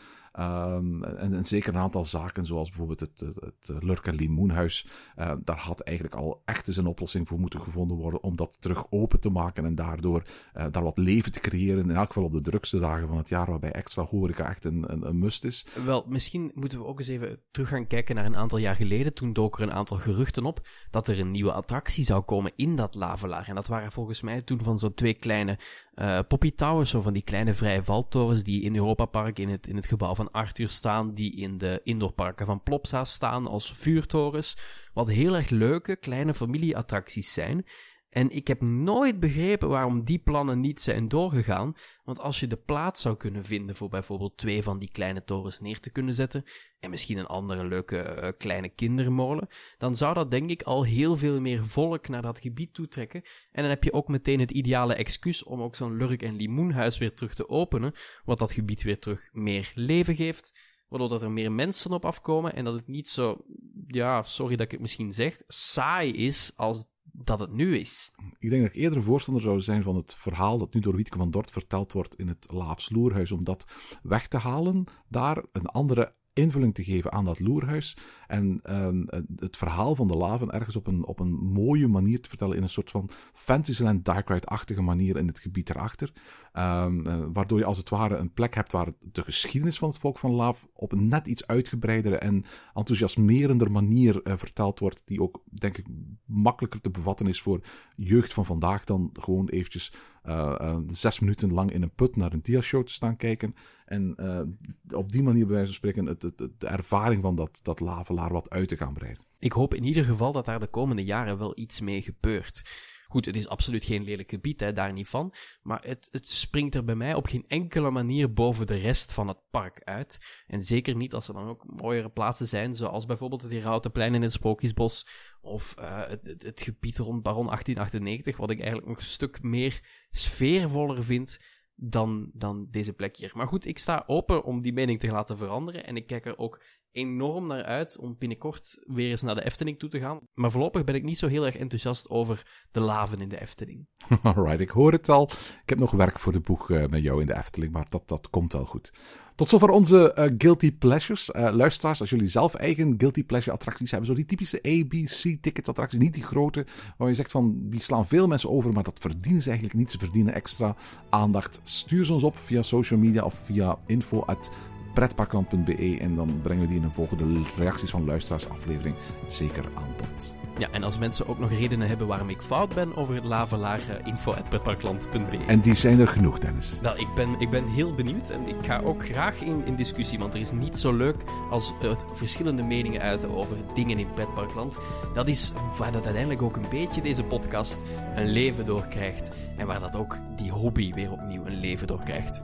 Um, en, en zeker een aantal zaken, zoals bijvoorbeeld het, het, het Lurk en Limoenhuis, uh, daar had eigenlijk al echt eens een oplossing voor moeten gevonden worden om dat terug open te maken en daardoor uh, daar wat leven te creëren, in elk geval op de drukste dagen van het jaar, waarbij extra horeca echt een, een, een must is. Wel, misschien moeten we ook eens even terug gaan kijken naar een aantal jaar geleden. Toen doken er een aantal geruchten op dat er een nieuwe attractie zou komen in dat Lavelaar. En dat waren volgens mij toen van zo'n twee kleine uh, Poppy Towers, zo van die kleine vrije valtorens die in Europa Park in het, in het gebouw van Arthur staan, die in de indoorparken van Plopsa staan als vuurtorens, wat heel erg leuke kleine familieattracties zijn. En ik heb nooit begrepen waarom die plannen niet zijn doorgegaan, want als je de plaats zou kunnen vinden voor bijvoorbeeld twee van die kleine torens neer te kunnen zetten, en misschien een andere leuke uh, kleine kindermolen, dan zou dat denk ik al heel veel meer volk naar dat gebied toetrekken. En dan heb je ook meteen het ideale excuus om ook zo'n Lurk en Limoenhuis weer terug te openen, wat dat gebied weer terug meer leven geeft, waardoor dat er meer mensen op afkomen en dat het niet zo, ja, sorry dat ik het misschien zeg, saai is als dat het nu is. Ik denk dat ik eerder een voorstander zou zijn van het verhaal dat nu door Wietke van Dort verteld wordt in het Laafs Loerhuis, om dat weg te halen, daar een andere invulling te geven aan dat loerhuis en um, het verhaal van de laven ergens op een, op een mooie manier te vertellen in een soort van Fantasyland Dark Ride-achtige manier in het gebied erachter. Um, uh, waardoor je als het ware een plek hebt waar de geschiedenis van het volk van Laaf op een net iets uitgebreidere en enthousiasmerender manier uh, verteld wordt, die ook, denk ik, makkelijker te bevatten is voor jeugd van vandaag dan gewoon eventjes uh, uh, zes minuten lang in een put naar een diashow te staan kijken. En uh, op die manier, bij wijze van spreken, het, het, het, de ervaring van dat, dat Lavelaar wat uit te gaan breiden. Ik hoop in ieder geval dat daar de komende jaren wel iets mee gebeurt. Goed, het is absoluut geen lelijk gebied, hè, daar niet van. Maar het, het springt er bij mij op geen enkele manier boven de rest van het park uit. En zeker niet als er dan ook mooiere plaatsen zijn, zoals bijvoorbeeld het Herautenplein in het Sprookjesbos. Of uh, het, het, het gebied rond Baron achttien achtennegentig, wat ik eigenlijk nog een stuk meer sfeervoller vind dan, dan deze plek hier. Maar goed, ik sta open om die mening te laten veranderen. En ik kijk er ook enorm naar uit om binnenkort weer eens naar de Efteling toe te gaan. Maar voorlopig ben ik niet zo heel erg enthousiast over de laven in de Efteling. Alright, ik hoor het al. Ik heb nog werk voor de boeg uh, met jou in de Efteling, maar dat, dat komt wel goed. Tot zover onze uh, Guilty Pleasures. Uh, luisteraars, als jullie zelf eigen Guilty Pleasure attracties hebben, zo die typische A B C-ticket attracties, niet die grote, waar je zegt van, die slaan veel mensen over, maar dat verdienen ze eigenlijk niet. Ze verdienen extra aandacht. Stuur ze ons op via social media of via info at pretparkland punt be en dan brengen we die in een volgende reacties van luisteraars aflevering zeker aan bod. Ja, en als mensen ook nog redenen hebben waarom ik fout ben over het Lavelaar, info at pretparkland punt be. En die zijn er genoeg, Dennis. Nou, ik ben, ik ben heel benieuwd en ik ga ook graag in, in discussie, want er is niet zo leuk als het verschillende meningen uiten over dingen in pretparkland. Dat is waar dat uiteindelijk ook een beetje deze podcast een leven door krijgt en waar dat ook die hobby weer opnieuw een leven door krijgt.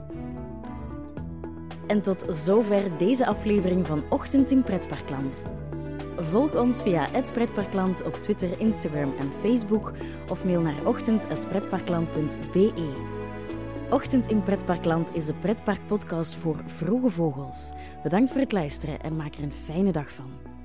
En tot zover deze aflevering van Ochtend in Pretparkland. Volg ons via het pretparkland op Twitter, Instagram en Facebook of mail naar ochtend at pretparkland punt be. Ochtend in Pretparkland is de pretparkpodcast voor vroege vogels. Bedankt voor het luisteren en maak er een fijne dag van.